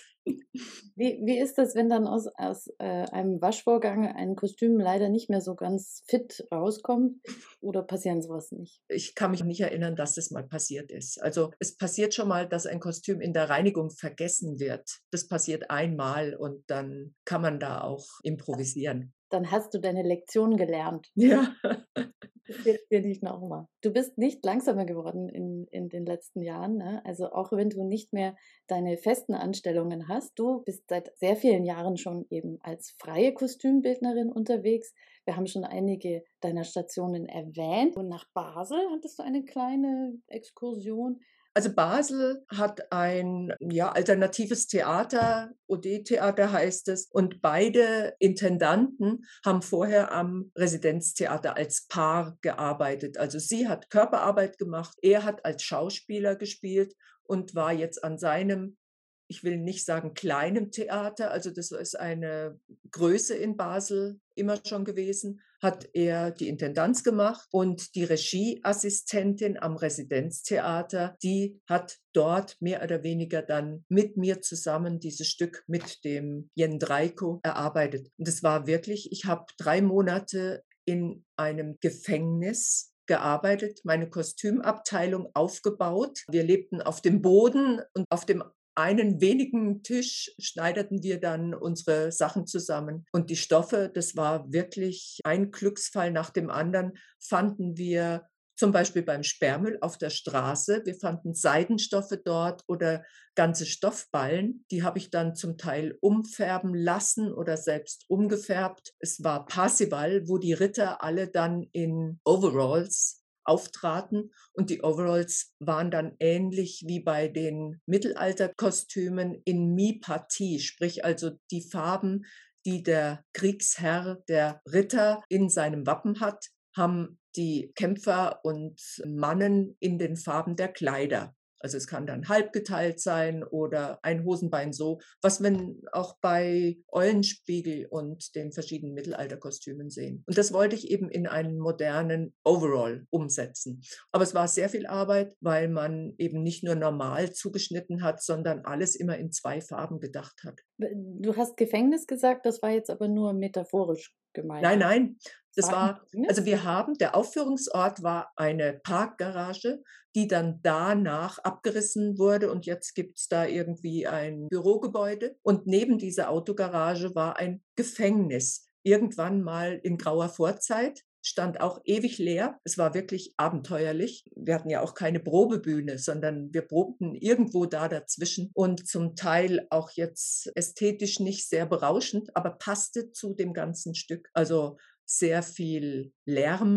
Wie, wie ist das, wenn dann aus, aus äh, einem Waschvorgang ein Kostüm leider nicht mehr so ganz fit rauskommt? Oder passieren sowas nicht? Ich kann mich nicht erinnern, dass das mal passiert ist. Also es passiert schon mal, dass ein Kostüm in der Reinigung vergessen wird. Das passiert einmal und dann kann man da auch improvisieren. Dann hast du deine Lektion gelernt. Ja. Das hilft dir nicht nochmal. Du bist nicht langsamer geworden in, in den letzten Jahren. Ne? Also auch wenn du nicht mehr deine festen Anstellungen hast, du bist seit sehr vielen Jahren schon eben als freie Kostümbildnerin unterwegs. Wir haben schon einige deiner Stationen erwähnt. Und nach Basel hattest du eine kleine Exkursion. Also Basel hat ein ja, alternatives Theater, O D-Theater heißt es, und beide Intendanten haben vorher am Residenztheater als Paar gearbeitet. Also sie hat Körperarbeit gemacht, er hat als Schauspieler gespielt und war jetzt an seinem, ich will nicht sagen kleinem Theater, also das ist eine Größe in Basel immer schon gewesen, hat er die Intendanz gemacht und die Regieassistentin am Residenztheater, die hat dort mehr oder weniger dann mit mir zusammen dieses Stück mit dem Jędrejko erarbeitet. Und es war wirklich, ich habe drei Monate in einem Gefängnis gearbeitet, meine Kostümabteilung aufgebaut. Wir lebten auf dem Boden und auf dem einen wenigen Tisch schneiderten wir dann unsere Sachen zusammen. Und die Stoffe, das war wirklich ein Glücksfall nach dem anderen, fanden wir zum Beispiel beim Sperrmüll auf der Straße. Wir fanden Seidenstoffe dort oder ganze Stoffballen. Die habe ich dann zum Teil umfärben lassen oder selbst umgefärbt. Es war Parsival, wo die Ritter alle dann in Overalls auftraten und die Overalls waren dann ähnlich wie bei den Mittelalterkostümen in Mi-Partie, sprich also die Farben, die der Kriegsherr, der Ritter in seinem Wappen hat, haben die Kämpfer und Mannen in den Farben der Kleider. Also es kann dann halb geteilt sein oder ein Hosenbein so, was wir auch bei Eulenspiegel und den verschiedenen Mittelalterkostümen sehen. Und das wollte ich eben in einen modernen Overall umsetzen. Aber es war sehr viel Arbeit, weil man eben nicht nur normal zugeschnitten hat, sondern alles immer in zwei Farben gedacht hat. Du hast Gefängnis gesagt, das war jetzt aber nur metaphorisch gemeint. Nein, nein. Das War war, Gefängnis? also wir haben, der Aufführungsort war eine Parkgarage, die dann danach abgerissen wurde und jetzt gibt es da irgendwie ein Bürogebäude und neben dieser Autogarage war ein Gefängnis. Irgendwann mal in grauer Vorzeit, stand auch ewig leer. Es war wirklich abenteuerlich. Wir hatten ja auch keine Probebühne, sondern wir probten irgendwo da dazwischen und zum Teil auch jetzt ästhetisch nicht sehr berauschend, aber passte zu dem ganzen Stück. Also sehr viel Lärm.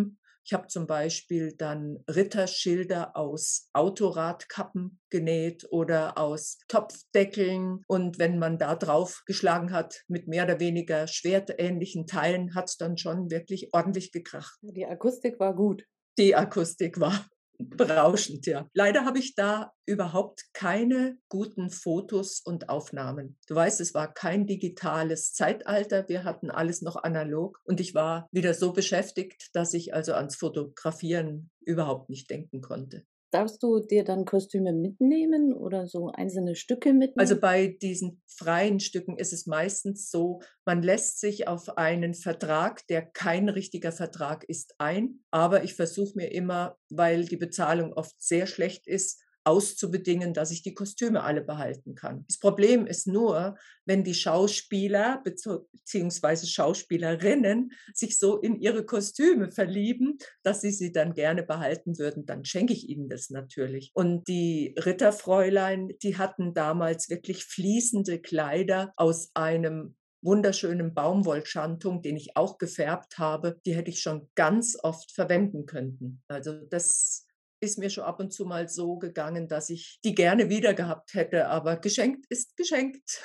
Ich habe zum Beispiel dann Ritterschilder aus Autoradkappen genäht oder aus Topfdeckeln. Und wenn man da drauf geschlagen hat mit mehr oder weniger schwertähnlichen Teilen, hat es dann schon wirklich ordentlich gekracht. Die Akustik war gut. Die Akustik war berauschend, ja. Leider habe ich da überhaupt keine guten Fotos und Aufnahmen. Du weißt, es war kein digitales Zeitalter. Wir hatten alles noch analog. Und ich war wieder so beschäftigt, dass ich also ans Fotografieren überhaupt nicht denken konnte. Darfst du dir dann Kostüme mitnehmen oder so einzelne Stücke mitnehmen? Also bei diesen freien Stücken ist es meistens so, man lässt sich auf einen Vertrag, der kein richtiger Vertrag ist, ein. Aber ich versuche mir immer, weil die Bezahlung oft sehr schlecht ist, auszubedingen, dass ich die Kostüme alle behalten kann. Das Problem ist nur, wenn die Schauspieler bzw. Schauspielerinnen sich so in ihre Kostüme verlieben, dass sie sie dann gerne behalten würden, dann schenke ich ihnen das natürlich. Und die Ritterfräulein, die hatten damals wirklich fließende Kleider aus einem wunderschönen Baumwollschantung, den ich auch gefärbt habe. Die hätte ich schon ganz oft verwenden können. Also das ist mir schon ab und zu mal so gegangen, dass ich die gerne wieder gehabt hätte, aber geschenkt ist geschenkt.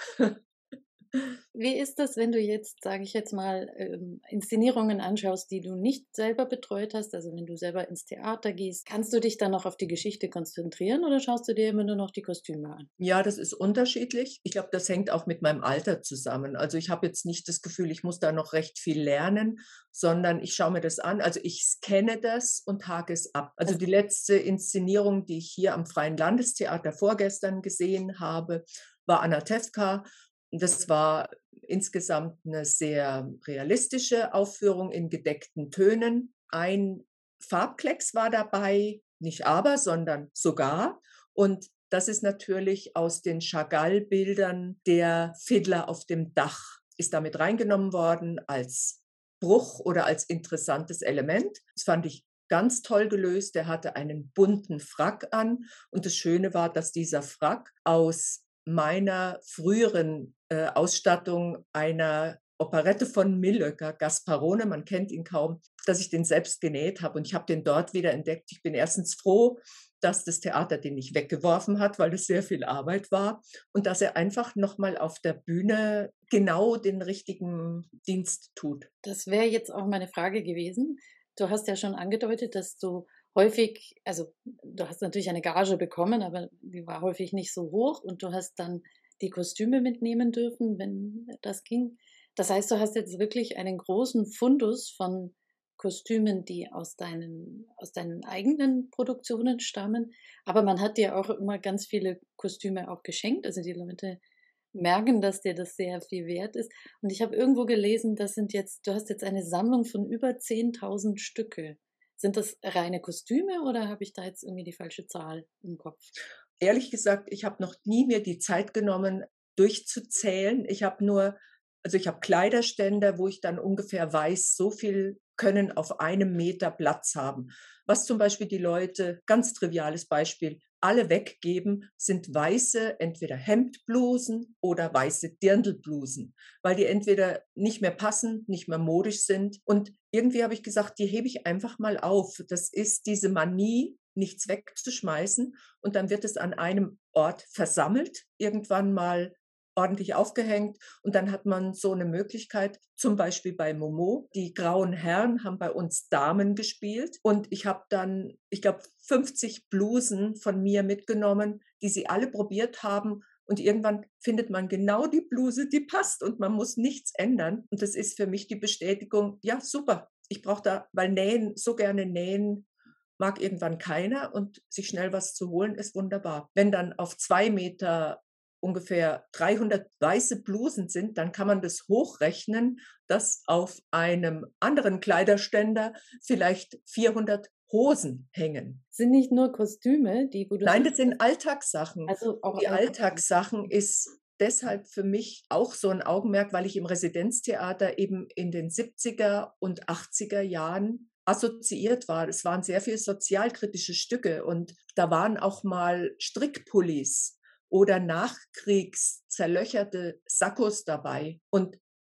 Wie ist das, wenn du jetzt, sage ich jetzt mal, ähm, Inszenierungen anschaust, die du nicht selber betreut hast, also wenn du selber ins Theater gehst, kannst du dich dann noch auf die Geschichte konzentrieren oder schaust du dir immer nur noch die Kostüme an? Ja, das ist unterschiedlich. Ich glaube, das hängt auch mit meinem Alter zusammen. Also ich habe jetzt nicht das Gefühl, ich muss da noch recht viel lernen, sondern ich schaue mir das an. Also ich scanne das und hake es ab. Also die letzte Inszenierung, die ich hier am Freien Landestheater vorgestern gesehen habe, war Anatevka. Das war insgesamt eine sehr realistische Aufführung in gedeckten Tönen. Ein Farbklecks war dabei, nicht aber, sondern sogar. Und das ist natürlich aus den Chagall-Bildern der Fiddler auf dem Dach, ist damit reingenommen worden als Bruch oder als interessantes Element. Das fand ich ganz toll gelöst. Der hatte einen bunten Frack an. Und das Schöne war, dass dieser Frack aus meiner früheren äh, Ausstattung einer Operette von Millöcker, Gasparone, man kennt ihn kaum, dass ich den selbst genäht habe und ich habe den dort wieder entdeckt. Ich bin erstens froh, dass das Theater den nicht weggeworfen hat, weil es sehr viel Arbeit war und dass er einfach nochmal auf der Bühne genau den richtigen Dienst tut. Das wäre jetzt auch meine Frage gewesen. Du hast ja schon angedeutet, dass du häufig, also du hast natürlich eine Gage bekommen, aber die war häufig nicht so hoch und du hast dann die Kostüme mitnehmen dürfen, wenn das ging. Das heißt, du hast jetzt wirklich einen großen Fundus von Kostümen, die aus deinen, aus deinen eigenen Produktionen stammen. Aber man hat dir auch immer ganz viele Kostüme auch geschenkt. Also die Leute merken, dass dir das sehr viel wert ist. Und ich habe irgendwo gelesen, das sind jetzt, du hast jetzt eine Sammlung von über zehntausend Stücke. Sind das reine Kostüme oder habe ich da jetzt irgendwie die falsche Zahl im Kopf? Ehrlich gesagt, ich habe noch nie mir die Zeit genommen, durchzuzählen. Ich habe nur, also ich habe Kleiderständer, wo ich dann ungefähr weiß, so viel können auf einem Meter Platz haben. Was zum Beispiel die Leute, ganz triviales Beispiel, alle weggeben, sind weiße, entweder Hemdblusen oder weiße Dirndlblusen, weil die entweder nicht mehr passen, nicht mehr modisch sind. Und irgendwie habe ich gesagt, die hebe ich einfach mal auf. Das ist diese Manie, nichts wegzuschmeißen und dann wird es an einem Ort versammelt, irgendwann mal ordentlich aufgehängt und dann hat man so eine Möglichkeit, zum Beispiel bei Momo, die Grauen Herren haben bei uns Damen gespielt und ich habe dann, ich glaube, fünfzig Blusen von mir mitgenommen, die sie alle probiert haben und irgendwann findet man genau die Bluse, die passt und man muss nichts ändern und das ist für mich die Bestätigung, ja super, ich brauche da, weil nähen, so gerne nähen, mag irgendwann keiner und sich schnell was zu holen, ist wunderbar. Wenn dann auf zwei Meter ungefähr dreihundert weiße Blusen sind, dann kann man das hochrechnen, dass auf einem anderen Kleiderständer vielleicht vierhundert Hosen hängen. Sind nicht nur Kostüme, die wo du Nein, das sind Alltagssachen. also auch Die Alltagssachen ist deshalb für mich auch so ein Augenmerk, weil ich im Residenztheater eben in den siebziger und achtziger Jahren assoziiert war. Es waren sehr viele sozialkritische Stücke und da waren auch mal Strickpullis oder nachkriegs zerlöcherte Sakkos dabei. Und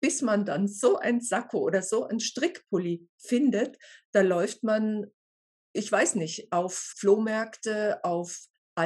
bis man dann so ein Sakko oder so ein Strickpulli findet, da läuft man, ich weiß nicht, auf Flohmärkte, auf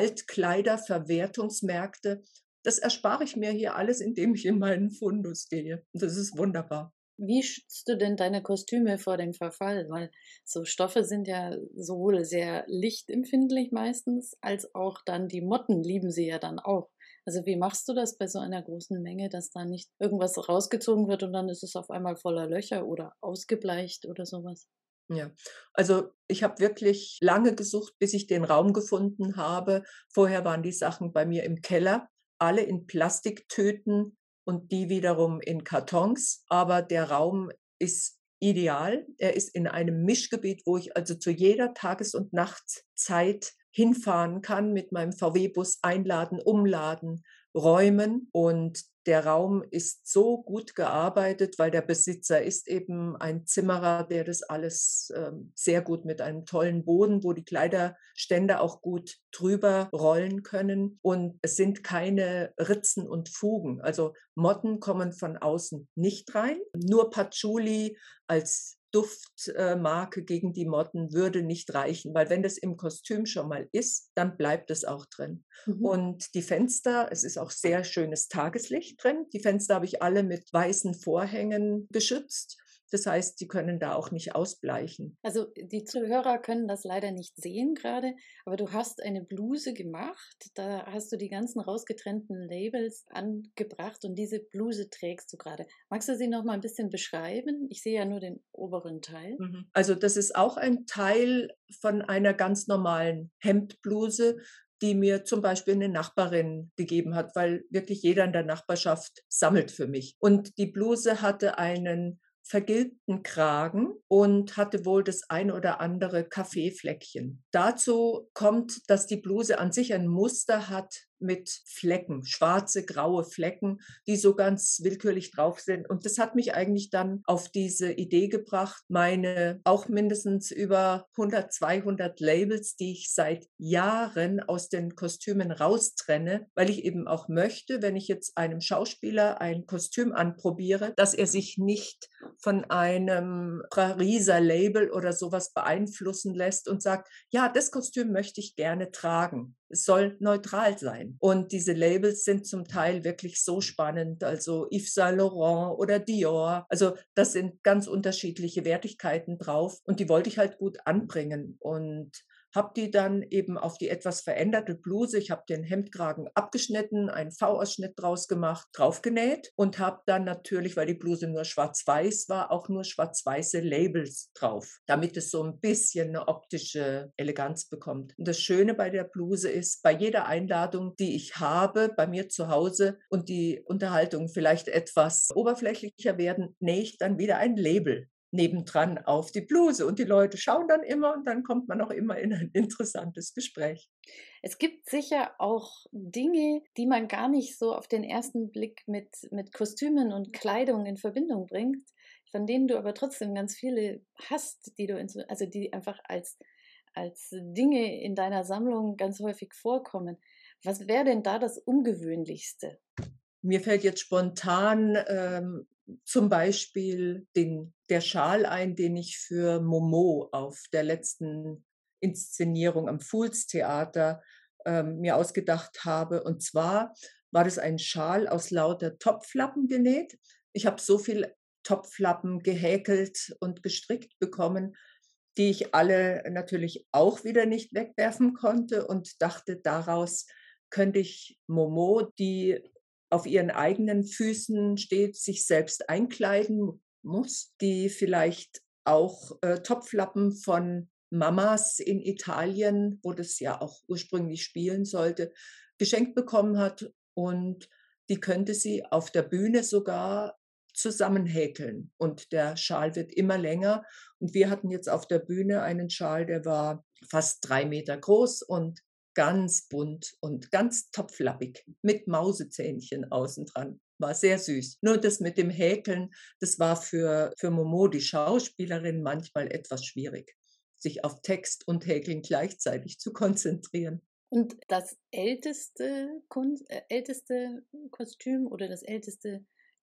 Altkleiderverwertungsmärkte. Das erspare ich mir hier alles, indem ich in meinen Fundus gehe. Und das ist wunderbar. Wie schützt du denn deine Kostüme vor dem Verfall? Weil so Stoffe sind ja sowohl sehr lichtempfindlich meistens, als auch dann die Motten lieben sie ja dann auch. Also wie machst du das bei so einer großen Menge, dass da nicht irgendwas rausgezogen wird und dann ist es auf einmal voller Löcher oder ausgebleicht oder sowas? Ja, also ich habe wirklich lange gesucht, bis ich den Raum gefunden habe. Vorher waren die Sachen bei mir im Keller, alle in Plastiktüten und die wiederum in Kartons. Aber der Raum ist ideal. Er ist in einem Mischgebiet, wo ich also zu jeder Tages- und Nachtzeit hinfahren kann, mit meinem V W-Bus einladen, umladen, räumen. Und der Raum ist so gut gearbeitet, weil der Besitzer ist eben ein Zimmerer, der das alles ähm, sehr gut mit einem tollen Boden, wo die Kleiderständer auch gut drüber rollen können. Und es sind keine Ritzen und Fugen. Also Motten kommen von außen nicht rein. Nur Patchouli als Duftmarke gegen die Motten würde nicht reichen, weil wenn das im Kostüm schon mal ist, dann bleibt es auch drin. Mhm. Und die Fenster, es ist auch sehr schönes Tageslicht drin. Die Fenster habe ich alle mit weißen Vorhängen geschützt. Das heißt, die können da auch nicht ausbleichen. Also die Zuhörer können das leider nicht sehen gerade, aber du hast eine Bluse gemacht, da hast du die ganzen rausgetrennten Labels angebracht und diese Bluse trägst du gerade. Magst du sie noch mal ein bisschen beschreiben? Ich sehe ja nur den oberen Teil. Mhm. Also das ist auch ein Teil von einer ganz normalen Hemdbluse, die mir zum Beispiel eine Nachbarin gegeben hat, weil wirklich jeder in der Nachbarschaft sammelt für mich. Und die Bluse hatte einen vergilbten Kragen und hatte wohl das ein oder andere Kaffeefleckchen. Dazu kommt, dass die Bluse an sich ein Muster hat mit Flecken, schwarze, graue Flecken, die so ganz willkürlich drauf sind. Und das hat mich eigentlich dann auf diese Idee gebracht, meine auch mindestens über hundert, zweihundert Labels, die ich seit Jahren aus den Kostümen raustrenne, weil ich eben auch möchte, wenn ich jetzt einem Schauspieler ein Kostüm anprobiere, dass er sich nicht von einem Pariser Label oder sowas beeinflussen lässt und sagt, ja, das Kostüm möchte ich gerne tragen. Es soll neutral sein. Und diese Labels sind zum Teil wirklich so spannend, also Yves Saint Laurent oder Dior. Also das sind ganz unterschiedliche Wertigkeiten drauf und die wollte ich halt gut anbringen und habe die dann eben auf die etwas veränderte Bluse, ich habe den Hemdkragen abgeschnitten, einen V-Ausschnitt draus gemacht, draufgenäht und habe dann natürlich, weil die Bluse nur schwarz-weiß war, auch nur schwarz-weiße Labels drauf, damit es so ein bisschen eine optische Eleganz bekommt. Und das Schöne bei der Bluse ist, bei jeder Einladung, die ich habe bei mir zu Hause und die Unterhaltungen vielleicht etwas oberflächlicher werden, nähe ich dann wieder ein Label nebendran auf die Bluse und die Leute schauen dann immer und dann kommt man auch immer in ein interessantes Gespräch. Es gibt sicher auch Dinge, die man gar nicht so auf den ersten Blick mit, mit Kostümen und Kleidung in Verbindung bringt, von denen du aber trotzdem ganz viele hast, die du in, so- also die einfach als, als Dinge in deiner Sammlung ganz häufig vorkommen. Was wäre denn da das Ungewöhnlichste? Mir fällt jetzt spontan ähm, zum Beispiel den, der Schal ein, den ich für Momo auf der letzten Inszenierung am Fools Theater ähm, mir ausgedacht habe. Und zwar war das ein Schal aus lauter Topflappen genäht. Ich habe so viel Topflappen gehäkelt und gestrickt bekommen, die ich alle natürlich auch wieder nicht wegwerfen konnte und dachte, daraus könnte ich Momo, die auf ihren eigenen Füßen steht, sich selbst einkleiden muss, die vielleicht auch äh, Topflappen von Mamas in Italien, wo das ja auch ursprünglich spielen sollte, geschenkt bekommen hat und die könnte sie auf der Bühne sogar zusammenhäkeln und der Schal wird immer länger und wir hatten jetzt auf der Bühne einen Schal, der war fast drei Meter groß und ganz bunt und ganz topflappig mit Mausezähnchen außen dran. War sehr süß. Nur das mit dem Häkeln, das war für, für Momo, die Schauspielerin, manchmal etwas schwierig, sich auf Text und Häkeln gleichzeitig zu konzentrieren. Und das älteste, Kunst, äh, älteste Kostüm oder das älteste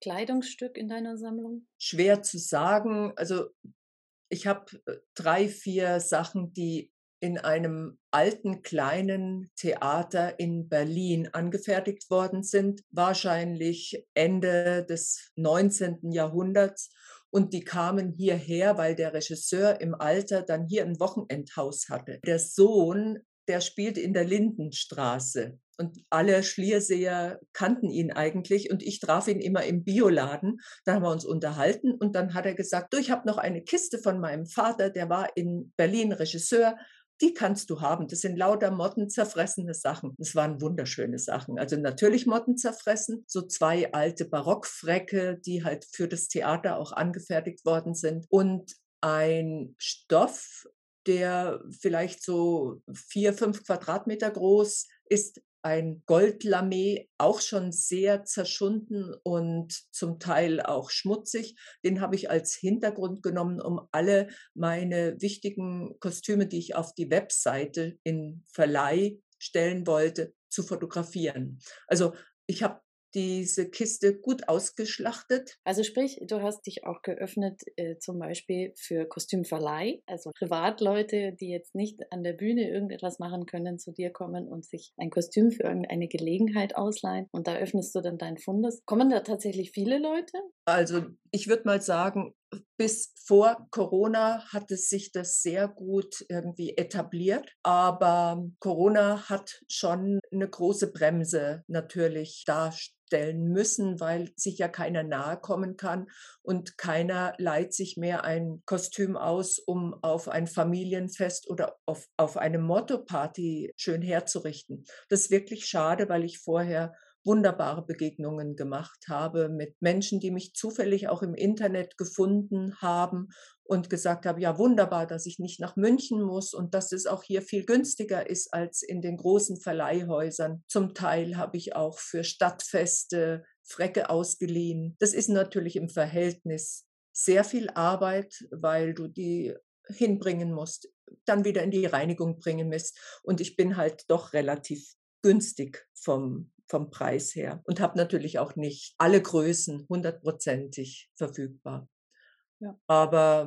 Kleidungsstück in deiner Sammlung? Schwer zu sagen. Also ich habe drei, vier Sachen, die in einem alten kleinen Theater in Berlin angefertigt worden sind, wahrscheinlich Ende des neunzehnten Jahrhunderts. Und die kamen hierher, weil der Regisseur im Alter dann hier ein Wochenendhaus hatte. Der Sohn, der spielt in der Lindenstraße. Und alle Schlierseer kannten ihn eigentlich und ich traf ihn immer im Bioladen. Da haben wir uns unterhalten und dann hat er gesagt, du, ich habe noch eine Kiste von meinem Vater, der war in Berlin Regisseur, die kannst du haben. Das sind lauter mottenzerfressene Sachen. Das waren wunderschöne Sachen. Also natürlich mottenzerfressen, so zwei alte Barockfräcke, die halt für das Theater auch angefertigt worden sind und ein Stoff, der vielleicht so vier, fünf Quadratmeter groß ist, ein Goldlamé, auch schon sehr zerschunden und zum Teil auch schmutzig. Den habe ich als Hintergrund genommen, um alle meine wichtigen Kostüme, die ich auf die Webseite in Verleih stellen wollte, zu fotografieren. Also ich habe diese Kiste gut ausgeschlachtet. Also sprich, du hast dich auch geöffnet äh, zum Beispiel für Kostümverleih, also Privatleute, die jetzt nicht an der Bühne irgendetwas machen können, zu dir kommen und sich ein Kostüm für irgendeine Gelegenheit ausleihen und da öffnest du dann dein Fundes. Kommen da tatsächlich viele Leute? Also ich würde mal sagen, bis vor Corona hat es sich das sehr gut irgendwie etabliert, aber Corona hat schon eine große Bremse natürlich darstellen müssen, weil sich ja keiner nahe kommen kann und keiner leiht sich mehr ein Kostüm aus, um auf ein Familienfest oder auf, auf eine Motto-Party schön herzurichten. Das ist wirklich schade, weil ich vorher wunderbare Begegnungen gemacht habe mit Menschen, die mich zufällig auch im Internet gefunden haben und gesagt haben, ja wunderbar, dass ich nicht nach München muss und dass es auch hier viel günstiger ist als in den großen Verleihhäusern. Zum Teil habe ich auch für Stadtfeste Fräcke ausgeliehen. Das ist natürlich im Verhältnis sehr viel Arbeit, weil du die hinbringen musst, dann wieder in die Reinigung bringen musst. Und ich bin halt doch relativ günstig vom vom Preis her und habe natürlich auch nicht alle Größen hundertprozentig verfügbar. Ja. Aber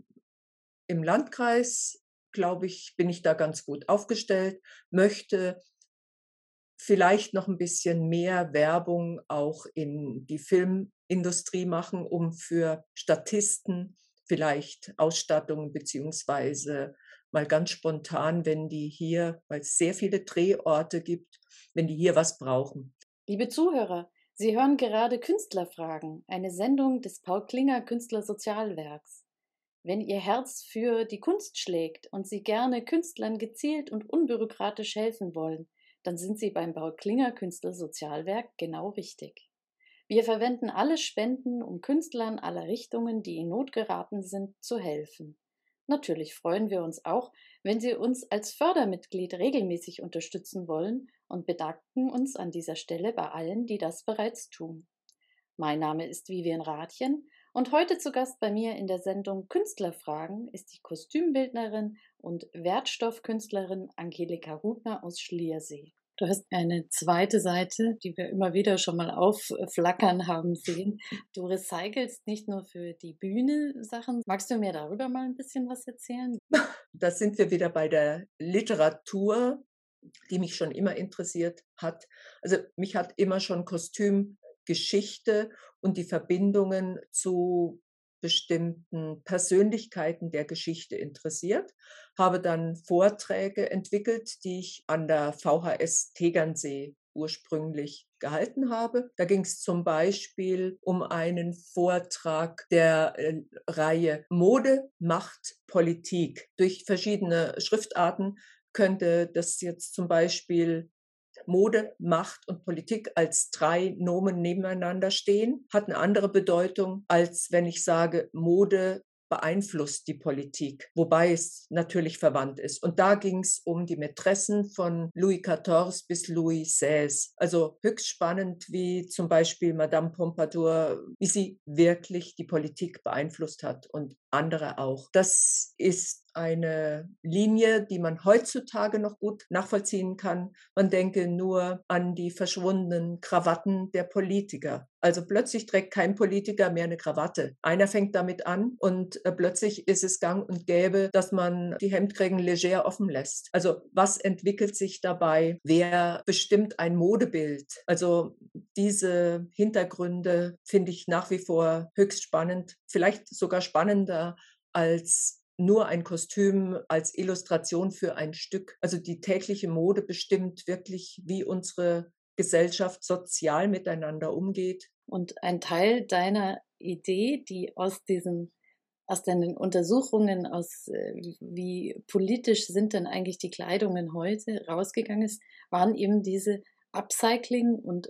im Landkreis, glaube ich, bin ich da ganz gut aufgestellt, möchte vielleicht noch ein bisschen mehr Werbung auch in die Filmindustrie machen, um für Statisten vielleicht Ausstattung beziehungsweise mal ganz spontan, wenn die hier, weil es sehr viele Drehorte gibt, wenn die hier was brauchen. Liebe Zuhörer, Sie hören gerade Künstlerfragen, eine Sendung des Paul Klinger Künstlersozialwerks. Wenn Ihr Herz für die Kunst schlägt und Sie gerne Künstlern gezielt und unbürokratisch helfen wollen, dann sind Sie beim Paul Klinger Künstlersozialwerk genau richtig. Wir verwenden alle Spenden, um Künstlern aller Richtungen, die in Not geraten sind, zu helfen. Natürlich freuen wir uns auch, wenn Sie uns als Fördermitglied regelmäßig unterstützen wollen und bedanken uns an dieser Stelle bei allen, die das bereits tun. Mein Name ist Vivian Rathjen und heute zu Gast bei mir in der Sendung Künstlerfragen ist die Kostümbildnerin und Wertstoffkünstlerin Angelika Rudner aus Schliersee. Du hast eine zweite Seite, die wir immer wieder schon mal aufflackern haben sehen. Du recycelst nicht nur für die Bühne Sachen. Magst du mir darüber mal ein bisschen was erzählen? Da sind wir wieder bei der Literatur, die mich schon immer interessiert hat. Also mich hat immer schon Kostümgeschichte und die Verbindungen zu bestimmten Persönlichkeiten der Geschichte interessiert, habe dann Vorträge entwickelt, die ich an der V H S Tegernsee ursprünglich gehalten habe. Da ging es zum Beispiel um einen Vortrag der äh, Reihe Mode, Macht, Politik. Durch verschiedene Schriftarten könnte das jetzt zum Beispiel Mode, Macht und Politik als drei Nomen nebeneinander stehen, hat eine andere Bedeutung, als wenn ich sage, Mode beeinflusst die Politik, wobei es natürlich verwandt ist. Und da ging es um die Mätressen von Louis quatorze bis Louis sechzehn. Also höchst spannend, wie zum Beispiel Madame Pompadour, wie sie wirklich die Politik beeinflusst hat und andere auch. Das ist eine Linie, die man heutzutage noch gut nachvollziehen kann. Man denke nur an die verschwundenen Krawatten der Politiker. Also plötzlich trägt kein Politiker mehr eine Krawatte. Einer fängt damit an und äh, plötzlich ist es gang und gäbe, dass man die Hemdkragen leger offen lässt. Also was entwickelt sich dabei? Wer bestimmt ein Modebild? Also diese Hintergründe finde ich nach wie vor höchst spannend, vielleicht sogar spannender als nur ein Kostüm als Illustration für ein Stück. Also die tägliche Mode bestimmt wirklich, wie unsere Gesellschaft sozial miteinander umgeht. Und ein Teil deiner Idee, die aus diesen, aus deinen Untersuchungen, aus äh, wie politisch sind denn eigentlich die Kleidungen heute rausgegangen ist, waren eben diese Upcycling- und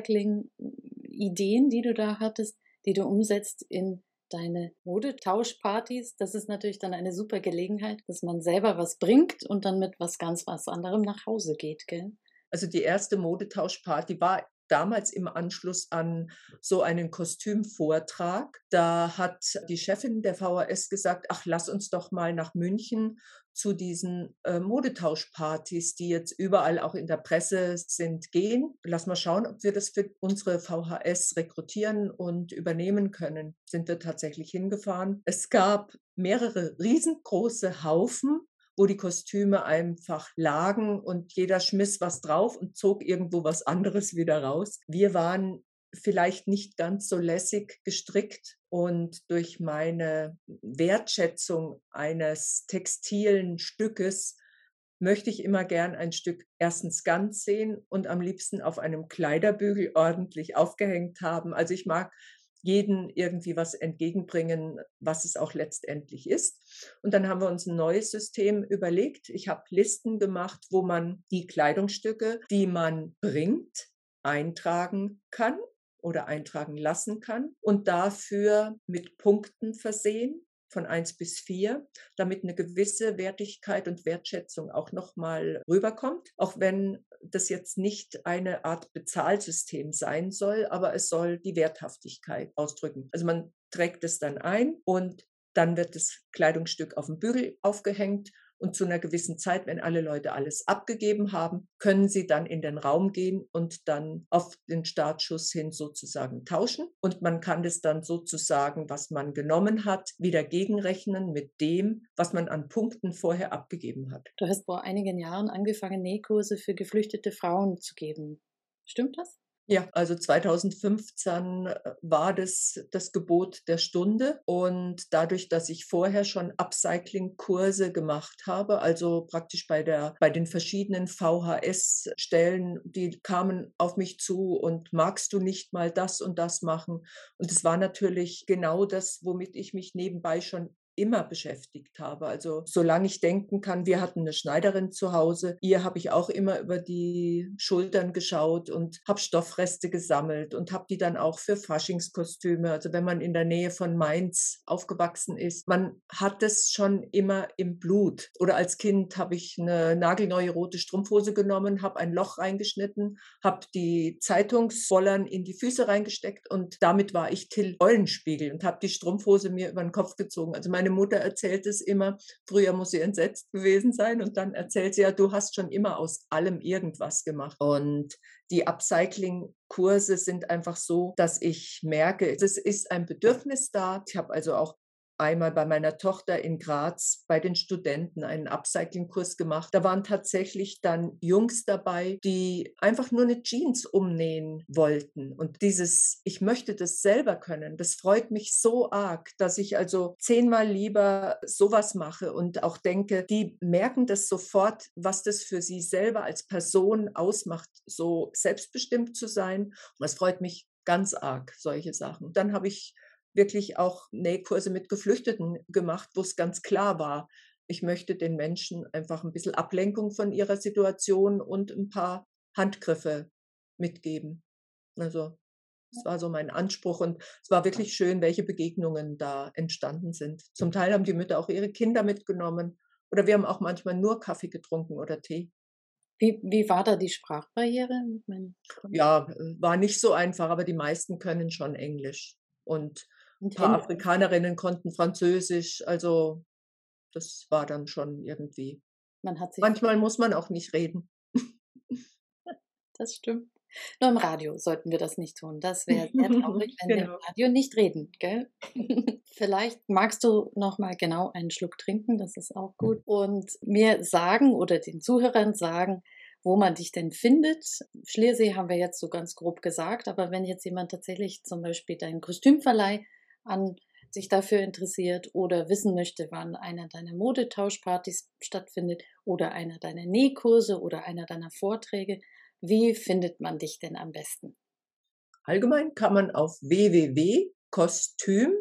Recycling-Ideen, die du da hattest, die du umsetzt in deine Modetauschpartys. Das ist natürlich dann eine super Gelegenheit, dass man selber was bringt und dann mit was ganz was anderem nach Hause geht, gell? Also die erste Modetauschparty war damals im Anschluss an so einen Kostümvortrag. Da hat die Chefin der V H S gesagt, ach, lass uns doch mal nach München zu diesen äh, Modetauschpartys, die jetzt überall auch in der Presse sind, gehen. Lass mal schauen, ob wir das für unsere V H S rekrutieren und übernehmen können. Sind wir tatsächlich hingefahren. Es gab mehrere riesengroße Haufen, wo die Kostüme einfach lagen und jeder schmiss was drauf und zog irgendwo was anderes wieder raus. Wir waren vielleicht nicht ganz so lässig gestrickt und durch meine Wertschätzung eines textilen Stückes möchte ich immer gern ein Stück erstens ganz sehen und am liebsten auf einem Kleiderbügel ordentlich aufgehängt haben. Also ich mag jeden irgendwie was entgegenbringen, was es auch letztendlich ist. Und dann haben wir uns ein neues System überlegt. Ich habe Listen gemacht, wo man die Kleidungsstücke, die man bringt, eintragen kann oder eintragen lassen kann und dafür mit Punkten versehen von eins bis vier, damit eine gewisse Wertigkeit und Wertschätzung auch nochmal rüberkommt. Auch wenn das jetzt nicht eine Art Bezahlsystem sein soll, aber es soll die Werthaftigkeit ausdrücken. Also man trägt es dann ein und dann wird das Kleidungsstück auf dem Bügel aufgehängt. Und zu einer gewissen Zeit, wenn alle Leute alles abgegeben haben, können sie dann in den Raum gehen und dann auf den Startschuss hin sozusagen tauschen. Und man kann das dann sozusagen, was man genommen hat, wieder gegenrechnen mit dem, was man an Punkten vorher abgegeben hat. Du hast vor einigen Jahren angefangen, Nähkurse für geflüchtete Frauen zu geben. Stimmt das? Ja, also zweitausendfünfzehn war das das Gebot der Stunde und dadurch, dass ich vorher schon Upcycling-Kurse gemacht habe, also praktisch bei der bei den verschiedenen V H S-Stellen, die kamen auf mich zu und magst du nicht mal das und das machen? Und es war natürlich genau das, womit ich mich nebenbei schon immer beschäftigt habe. Also solange ich denken kann, wir hatten eine Schneiderin zu Hause, ihr habe ich auch immer über die Schultern geschaut und habe Stoffreste gesammelt und habe die dann auch für Faschingskostüme, also wenn man in der Nähe von Mainz aufgewachsen ist, man hat es schon immer im Blut. Oder als Kind habe ich eine nagelneue rote Strumpfhose genommen, habe ein Loch reingeschnitten, habe die Zeitungsbollern in die Füße reingesteckt und damit war ich Till Eulenspiegel und habe die Strumpfhose mir über den Kopf gezogen. Also meine Mutter erzählt es immer, früher muss sie entsetzt gewesen sein und dann erzählt sie ja, du hast schon immer aus allem irgendwas gemacht. Und die Upcycling-Kurse sind einfach so, dass ich merke, es ist ein Bedürfnis da. Ich habe also auch einmal bei meiner Tochter in Graz bei den Studenten einen Upcycling-Kurs gemacht. Da waren tatsächlich dann Jungs dabei, die einfach nur eine Jeans umnähen wollten. Und dieses, ich möchte das selber können, das freut mich so arg, dass ich also zehnmal lieber sowas mache und auch denke, die merken das sofort, was das für sie selber als Person ausmacht, so selbstbestimmt zu sein. Und das freut mich ganz arg, solche Sachen. Dann habe ich wirklich auch Nähkurse mit Geflüchteten gemacht, wo es ganz klar war, ich möchte den Menschen einfach ein bisschen Ablenkung von ihrer Situation und ein paar Handgriffe mitgeben. Also das war so mein Anspruch und es war wirklich schön, welche Begegnungen da entstanden sind. Zum Teil haben die Mütter auch ihre Kinder mitgenommen oder wir haben auch manchmal nur Kaffee getrunken oder Tee. Wie, wie war da die Sprachbarriere? Ja, war nicht so einfach, aber die meisten können schon Englisch. Und ein paar Afrikanerinnen konnten Französisch, also das war dann schon irgendwie. Man hat sich Manchmal muss man auch nicht reden. Das stimmt. Nur im Radio sollten wir das nicht tun. Das wäre sehr traurig, wenn wir im Genau. Radio nicht reden, gell? Vielleicht magst du noch mal genau einen Schluck trinken, das ist auch gut. Und mir sagen oder den Zuhörern sagen, wo man dich denn findet. Schliersee haben wir jetzt so ganz grob gesagt, aber wenn jetzt jemand tatsächlich zum Beispiel deinen Kostümverleih an sich dafür interessiert oder wissen möchte, wann einer deiner Modetauschpartys stattfindet oder einer deiner Nähkurse oder einer deiner Vorträge, wie findet man dich denn am besten? Allgemein kann man auf w w w punkt kostüm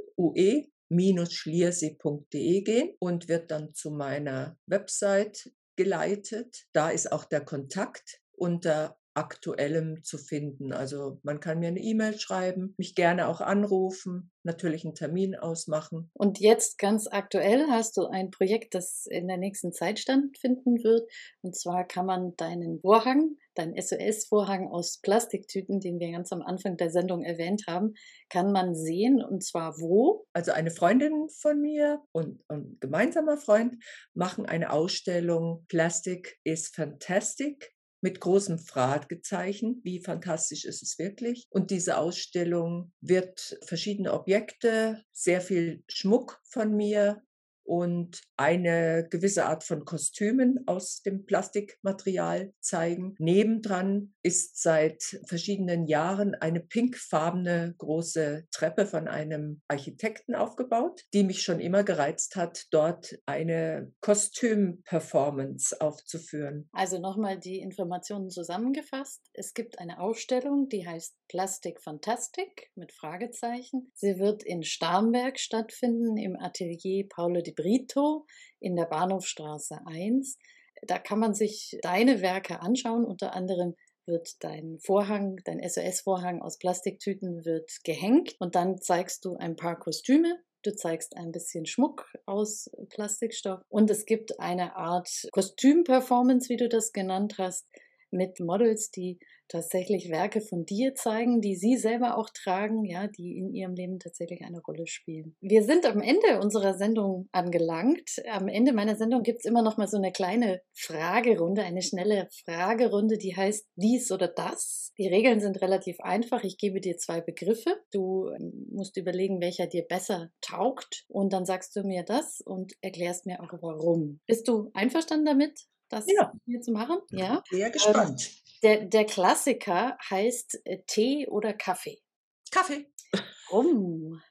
schliersee punkt de gehen und wird dann zu meiner Website geleitet. Da ist auch der Kontakt unter Aktuellem zu finden. Also man kann mir eine E-Mail schreiben, mich gerne auch anrufen, natürlich einen Termin ausmachen. Und jetzt ganz aktuell hast du ein Projekt, das in der nächsten Zeit stattfinden wird. Und zwar kann man deinen Vorhang, deinen S O S-Vorhang aus Plastiktüten, den wir ganz am Anfang der Sendung erwähnt haben, kann man sehen. Und zwar wo? Also eine Freundin von mir und ein gemeinsamer Freund machen eine Ausstellung Plastic is Fantastic mit großem Fragezeichen. Wie fantastisch ist es wirklich? Und diese Ausstellung wird verschiedene Objekte, sehr viel Schmuck von mir und eine gewisse Art von Kostümen aus dem Plastikmaterial zeigen. Nebendran ist seit verschiedenen Jahren eine pinkfarbene große Treppe von einem Architekten aufgebaut, die mich schon immer gereizt hat, dort eine Kostümperformance aufzuführen. Also nochmal die Informationen zusammengefasst. Es gibt eine Ausstellung, die heißt Plastic Fantastic mit Fragezeichen. Sie wird in Starnberg stattfinden, im Atelier Paulo di Brito in der Bahnhofstraße eins. Da kann man sich deine Werke anschauen. Unter anderem wird dein Vorhang, dein S O S-Vorhang aus Plastiktüten wird gehängt und dann zeigst du ein paar Kostüme. Du zeigst ein bisschen Schmuck aus Plastikstoff und es gibt eine Art Kostümperformance, wie du das genannt hast, mit Models, die tatsächlich Werke von dir zeigen, die sie selber auch tragen, ja, die in ihrem Leben tatsächlich eine Rolle spielen. Wir sind am Ende unserer Sendung angelangt. Am Ende meiner Sendung gibt es immer noch mal so eine kleine Fragerunde, eine schnelle Fragerunde, die heißt dies oder das. Die Regeln sind relativ einfach. Ich gebe dir zwei Begriffe. Du musst überlegen, welcher dir besser taugt und dann sagst du mir das und erklärst mir auch warum. Bist du einverstanden damit, das Ja. hier zu machen? Ja. Sehr gespannt. Der, der Klassiker heißt äh, Tee oder Kaffee? Kaffee. Warum?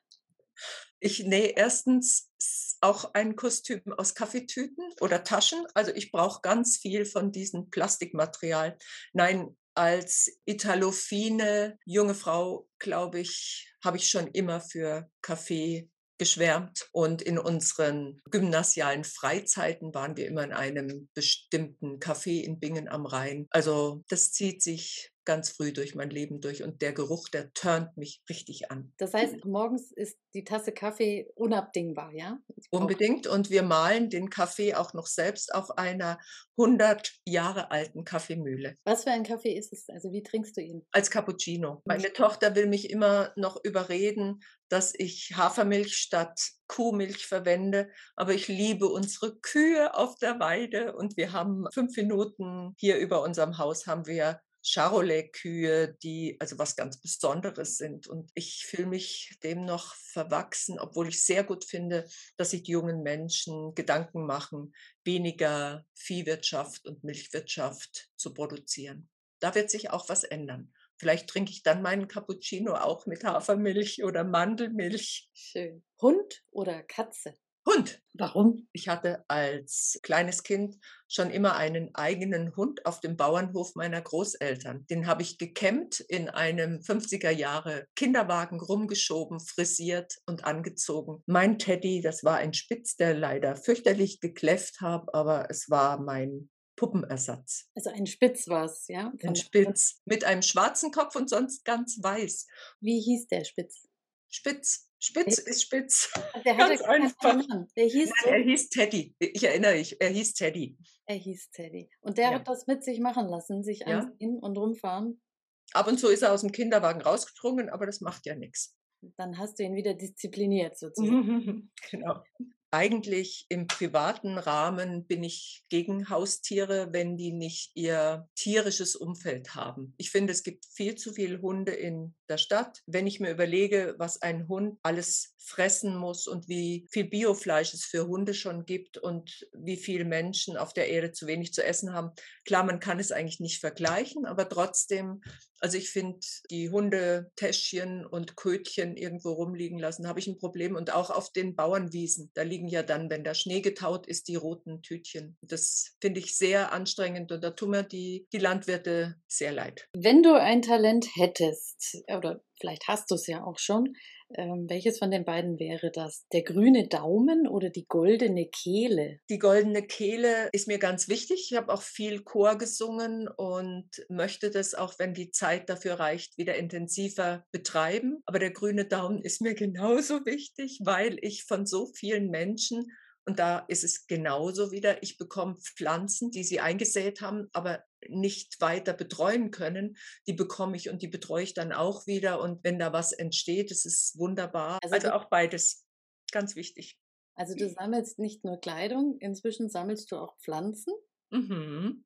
Ich nähe erstens auch ein Kostüm aus Kaffeetüten oder Taschen. Also ich brauche ganz viel von diesem Plastikmaterial. Nein, als italophile junge Frau, glaube ich, habe ich schon immer für Kaffee geschwärmt. Und in unseren gymnasialen Freizeiten waren wir immer in einem bestimmten Café in Bingen am Rhein. Also das zieht sich ganz früh durch mein Leben durch und der Geruch, der turnt mich richtig an. Das heißt, morgens ist die Tasse Kaffee unabdingbar, ja? Unbedingt. Und wir mahlen den Kaffee auch noch selbst auf einer hundert Jahre alten Kaffeemühle. Was für ein Kaffee ist es? Also wie trinkst du ihn? Als Cappuccino. Meine Tochter will mich immer noch überreden, dass ich Hafermilch statt Kuhmilch verwende. Aber ich liebe unsere Kühe auf der Weide und wir haben fünf Minuten hier über unserem Haus haben wir Charolais-Kühe, die also was ganz Besonderes sind. Und ich fühle mich dem noch verwachsen, obwohl ich sehr gut finde, dass sich die jungen Menschen Gedanken machen, weniger Viehwirtschaft und Milchwirtschaft zu produzieren. Da wird sich auch was ändern. Vielleicht trinke ich dann meinen Cappuccino auch mit Hafermilch oder Mandelmilch. Schön. Hund oder Katze? Hund. Warum? Ich hatte als kleines Kind schon immer einen eigenen Hund auf dem Bauernhof meiner Großeltern. Den habe ich gekämmt, in einem fünfziger Jahre Kinderwagen rumgeschoben, frisiert und angezogen. Mein Teddy, das war ein Spitz, der leider fürchterlich gekläfft hat, aber es war mein Puppenersatz. Also ein Spitz war es, ja? Ein Spitz mit einem schwarzen Kopf und sonst ganz weiß. Wie hieß der Spitz? Spitz. Spitz ist spitz. Der hatte Ganz keinen einfach. Namen. Der hieß so, Nein, er hieß Teddy. Ich erinnere mich, er hieß Teddy. er hieß Teddy. Und der Ja. hat das mit sich machen lassen, sich Ja. anziehen und rumfahren. Ab und zu ist er aus dem Kinderwagen rausgesprungen, aber das macht ja nichts. Dann hast du ihn wieder diszipliniert sozusagen. Genau. eigentlich im privaten Rahmen bin ich gegen Haustiere, wenn die nicht ihr tierisches Umfeld haben. Ich finde, es gibt viel zu viele Hunde in der Stadt. Wenn ich mir überlege, was ein Hund alles fressen muss und wie viel Biofleisch es für Hunde schon gibt und wie viele Menschen auf der Erde zu wenig zu essen haben. Klar, man kann es eigentlich nicht vergleichen, aber trotzdem, also ich finde, die Hunde Täschchen und Kötchen irgendwo rumliegen lassen, habe ich ein Problem. Und auch auf den Bauernwiesen, da liegen ja dann, wenn der Schnee getaut ist, die roten Tütchen. Das finde ich sehr anstrengend und da tun mir die, die Landwirte sehr leid. Wenn du ein Talent hättest, oder vielleicht hast du es ja auch schon, ähm, welches von den beiden wäre das? Der grüne Daumen oder die goldene Kehle? Die goldene Kehle ist mir ganz wichtig. Ich habe auch viel Chor gesungen und möchte das, auch wenn die Zeit dafür reicht, wieder intensiver betreiben. Aber der grüne Daumen ist mir genauso wichtig, weil ich von so vielen Menschen, und da ist es genauso wieder, ich bekomme Pflanzen, die sie eingesät haben, aber nicht weiter betreuen können, die bekomme ich und die betreue ich dann auch wieder. Und wenn da was entsteht, das ist wunderbar. Also Also du- auch beides, ganz wichtig. Also du sammelst nicht nur Kleidung, inzwischen sammelst du auch Pflanzen Mhm.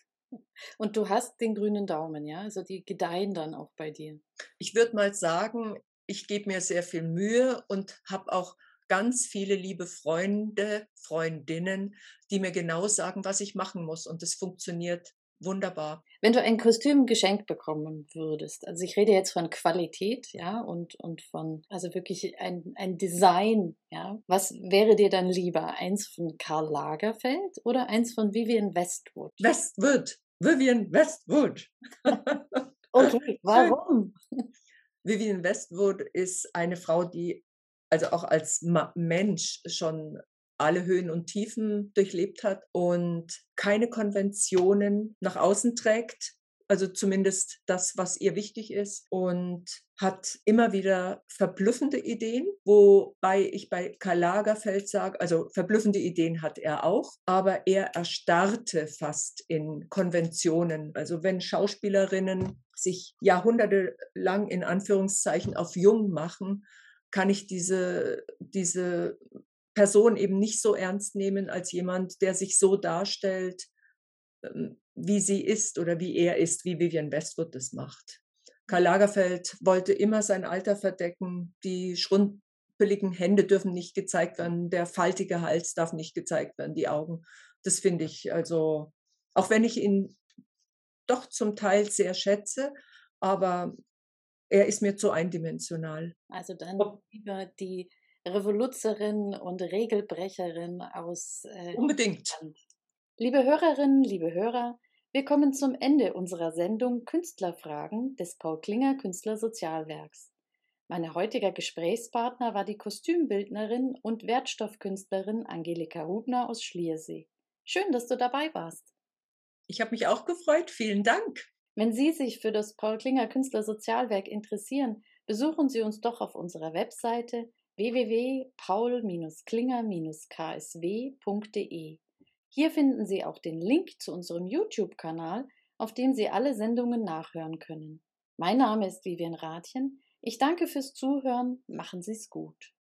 und du hast den grünen Daumen, ja? Also die gedeihen dann auch bei dir. Ich würde mal sagen, ich gebe mir sehr viel Mühe und habe auch ganz viele liebe Freunde, Freundinnen, die mir genau sagen, was ich machen muss. Und das funktioniert wunderbar. Wenn du ein Kostüm geschenkt bekommen würdest, also ich rede jetzt von Qualität, ja, und, und von, also wirklich ein, ein Design, ja, was wäre dir dann lieber? Eins von Karl Lagerfeld oder eins von Vivienne Westwood? Westwood, Vivienne Westwood. Okay, Schön. warum? Vivienne Westwood ist eine Frau, die also auch als Ma Mensch schon alle Höhen und Tiefen durchlebt hat und keine Konventionen nach außen trägt, also zumindest das, was ihr wichtig ist, und hat immer wieder verblüffende Ideen, wobei ich bei Karl Lagerfeld sage, also verblüffende Ideen hat er auch, aber er erstarrte fast in Konventionen. Also wenn Schauspielerinnen sich jahrhundertelang in Anführungszeichen auf jung machen, kann ich diese, diese Person eben nicht so ernst nehmen als jemand, der sich so darstellt, ähm, wie sie ist oder wie er ist, wie Vivienne Westwood das macht. Karl Lagerfeld wollte immer sein Alter verdecken, die schrumpeligen Hände dürfen nicht gezeigt werden, der faltige Hals darf nicht gezeigt werden, die Augen. Das finde ich also, auch wenn ich ihn doch zum Teil sehr schätze, aber er ist mir zu eindimensional. Also dann Ob- lieber die Revoluzerin und Regelbrecherin aus äh, Unbedingt. England. Liebe Hörerinnen, liebe Hörer, wir kommen zum Ende unserer Sendung Künstlerfragen des Paul Klinger Künstlersozialwerks. Mein heutiger Gesprächspartner war die Kostümbildnerin und Wertstoffkünstlerin Angelika Hubner aus Schliersee. Schön, dass du dabei warst. Ich habe mich auch gefreut. Vielen Dank. Wenn Sie sich für das Paul Klinger Künstlersozialwerk interessieren, besuchen Sie uns doch auf unserer Webseite w w w punkt paul klinger k s w punkt d e. Hier finden Sie auch den Link zu unserem YouTube-Kanal, auf dem Sie alle Sendungen nachhören können. Mein Name ist Vivian Rathjen. Ich danke fürs Zuhören. Machen Sie es gut.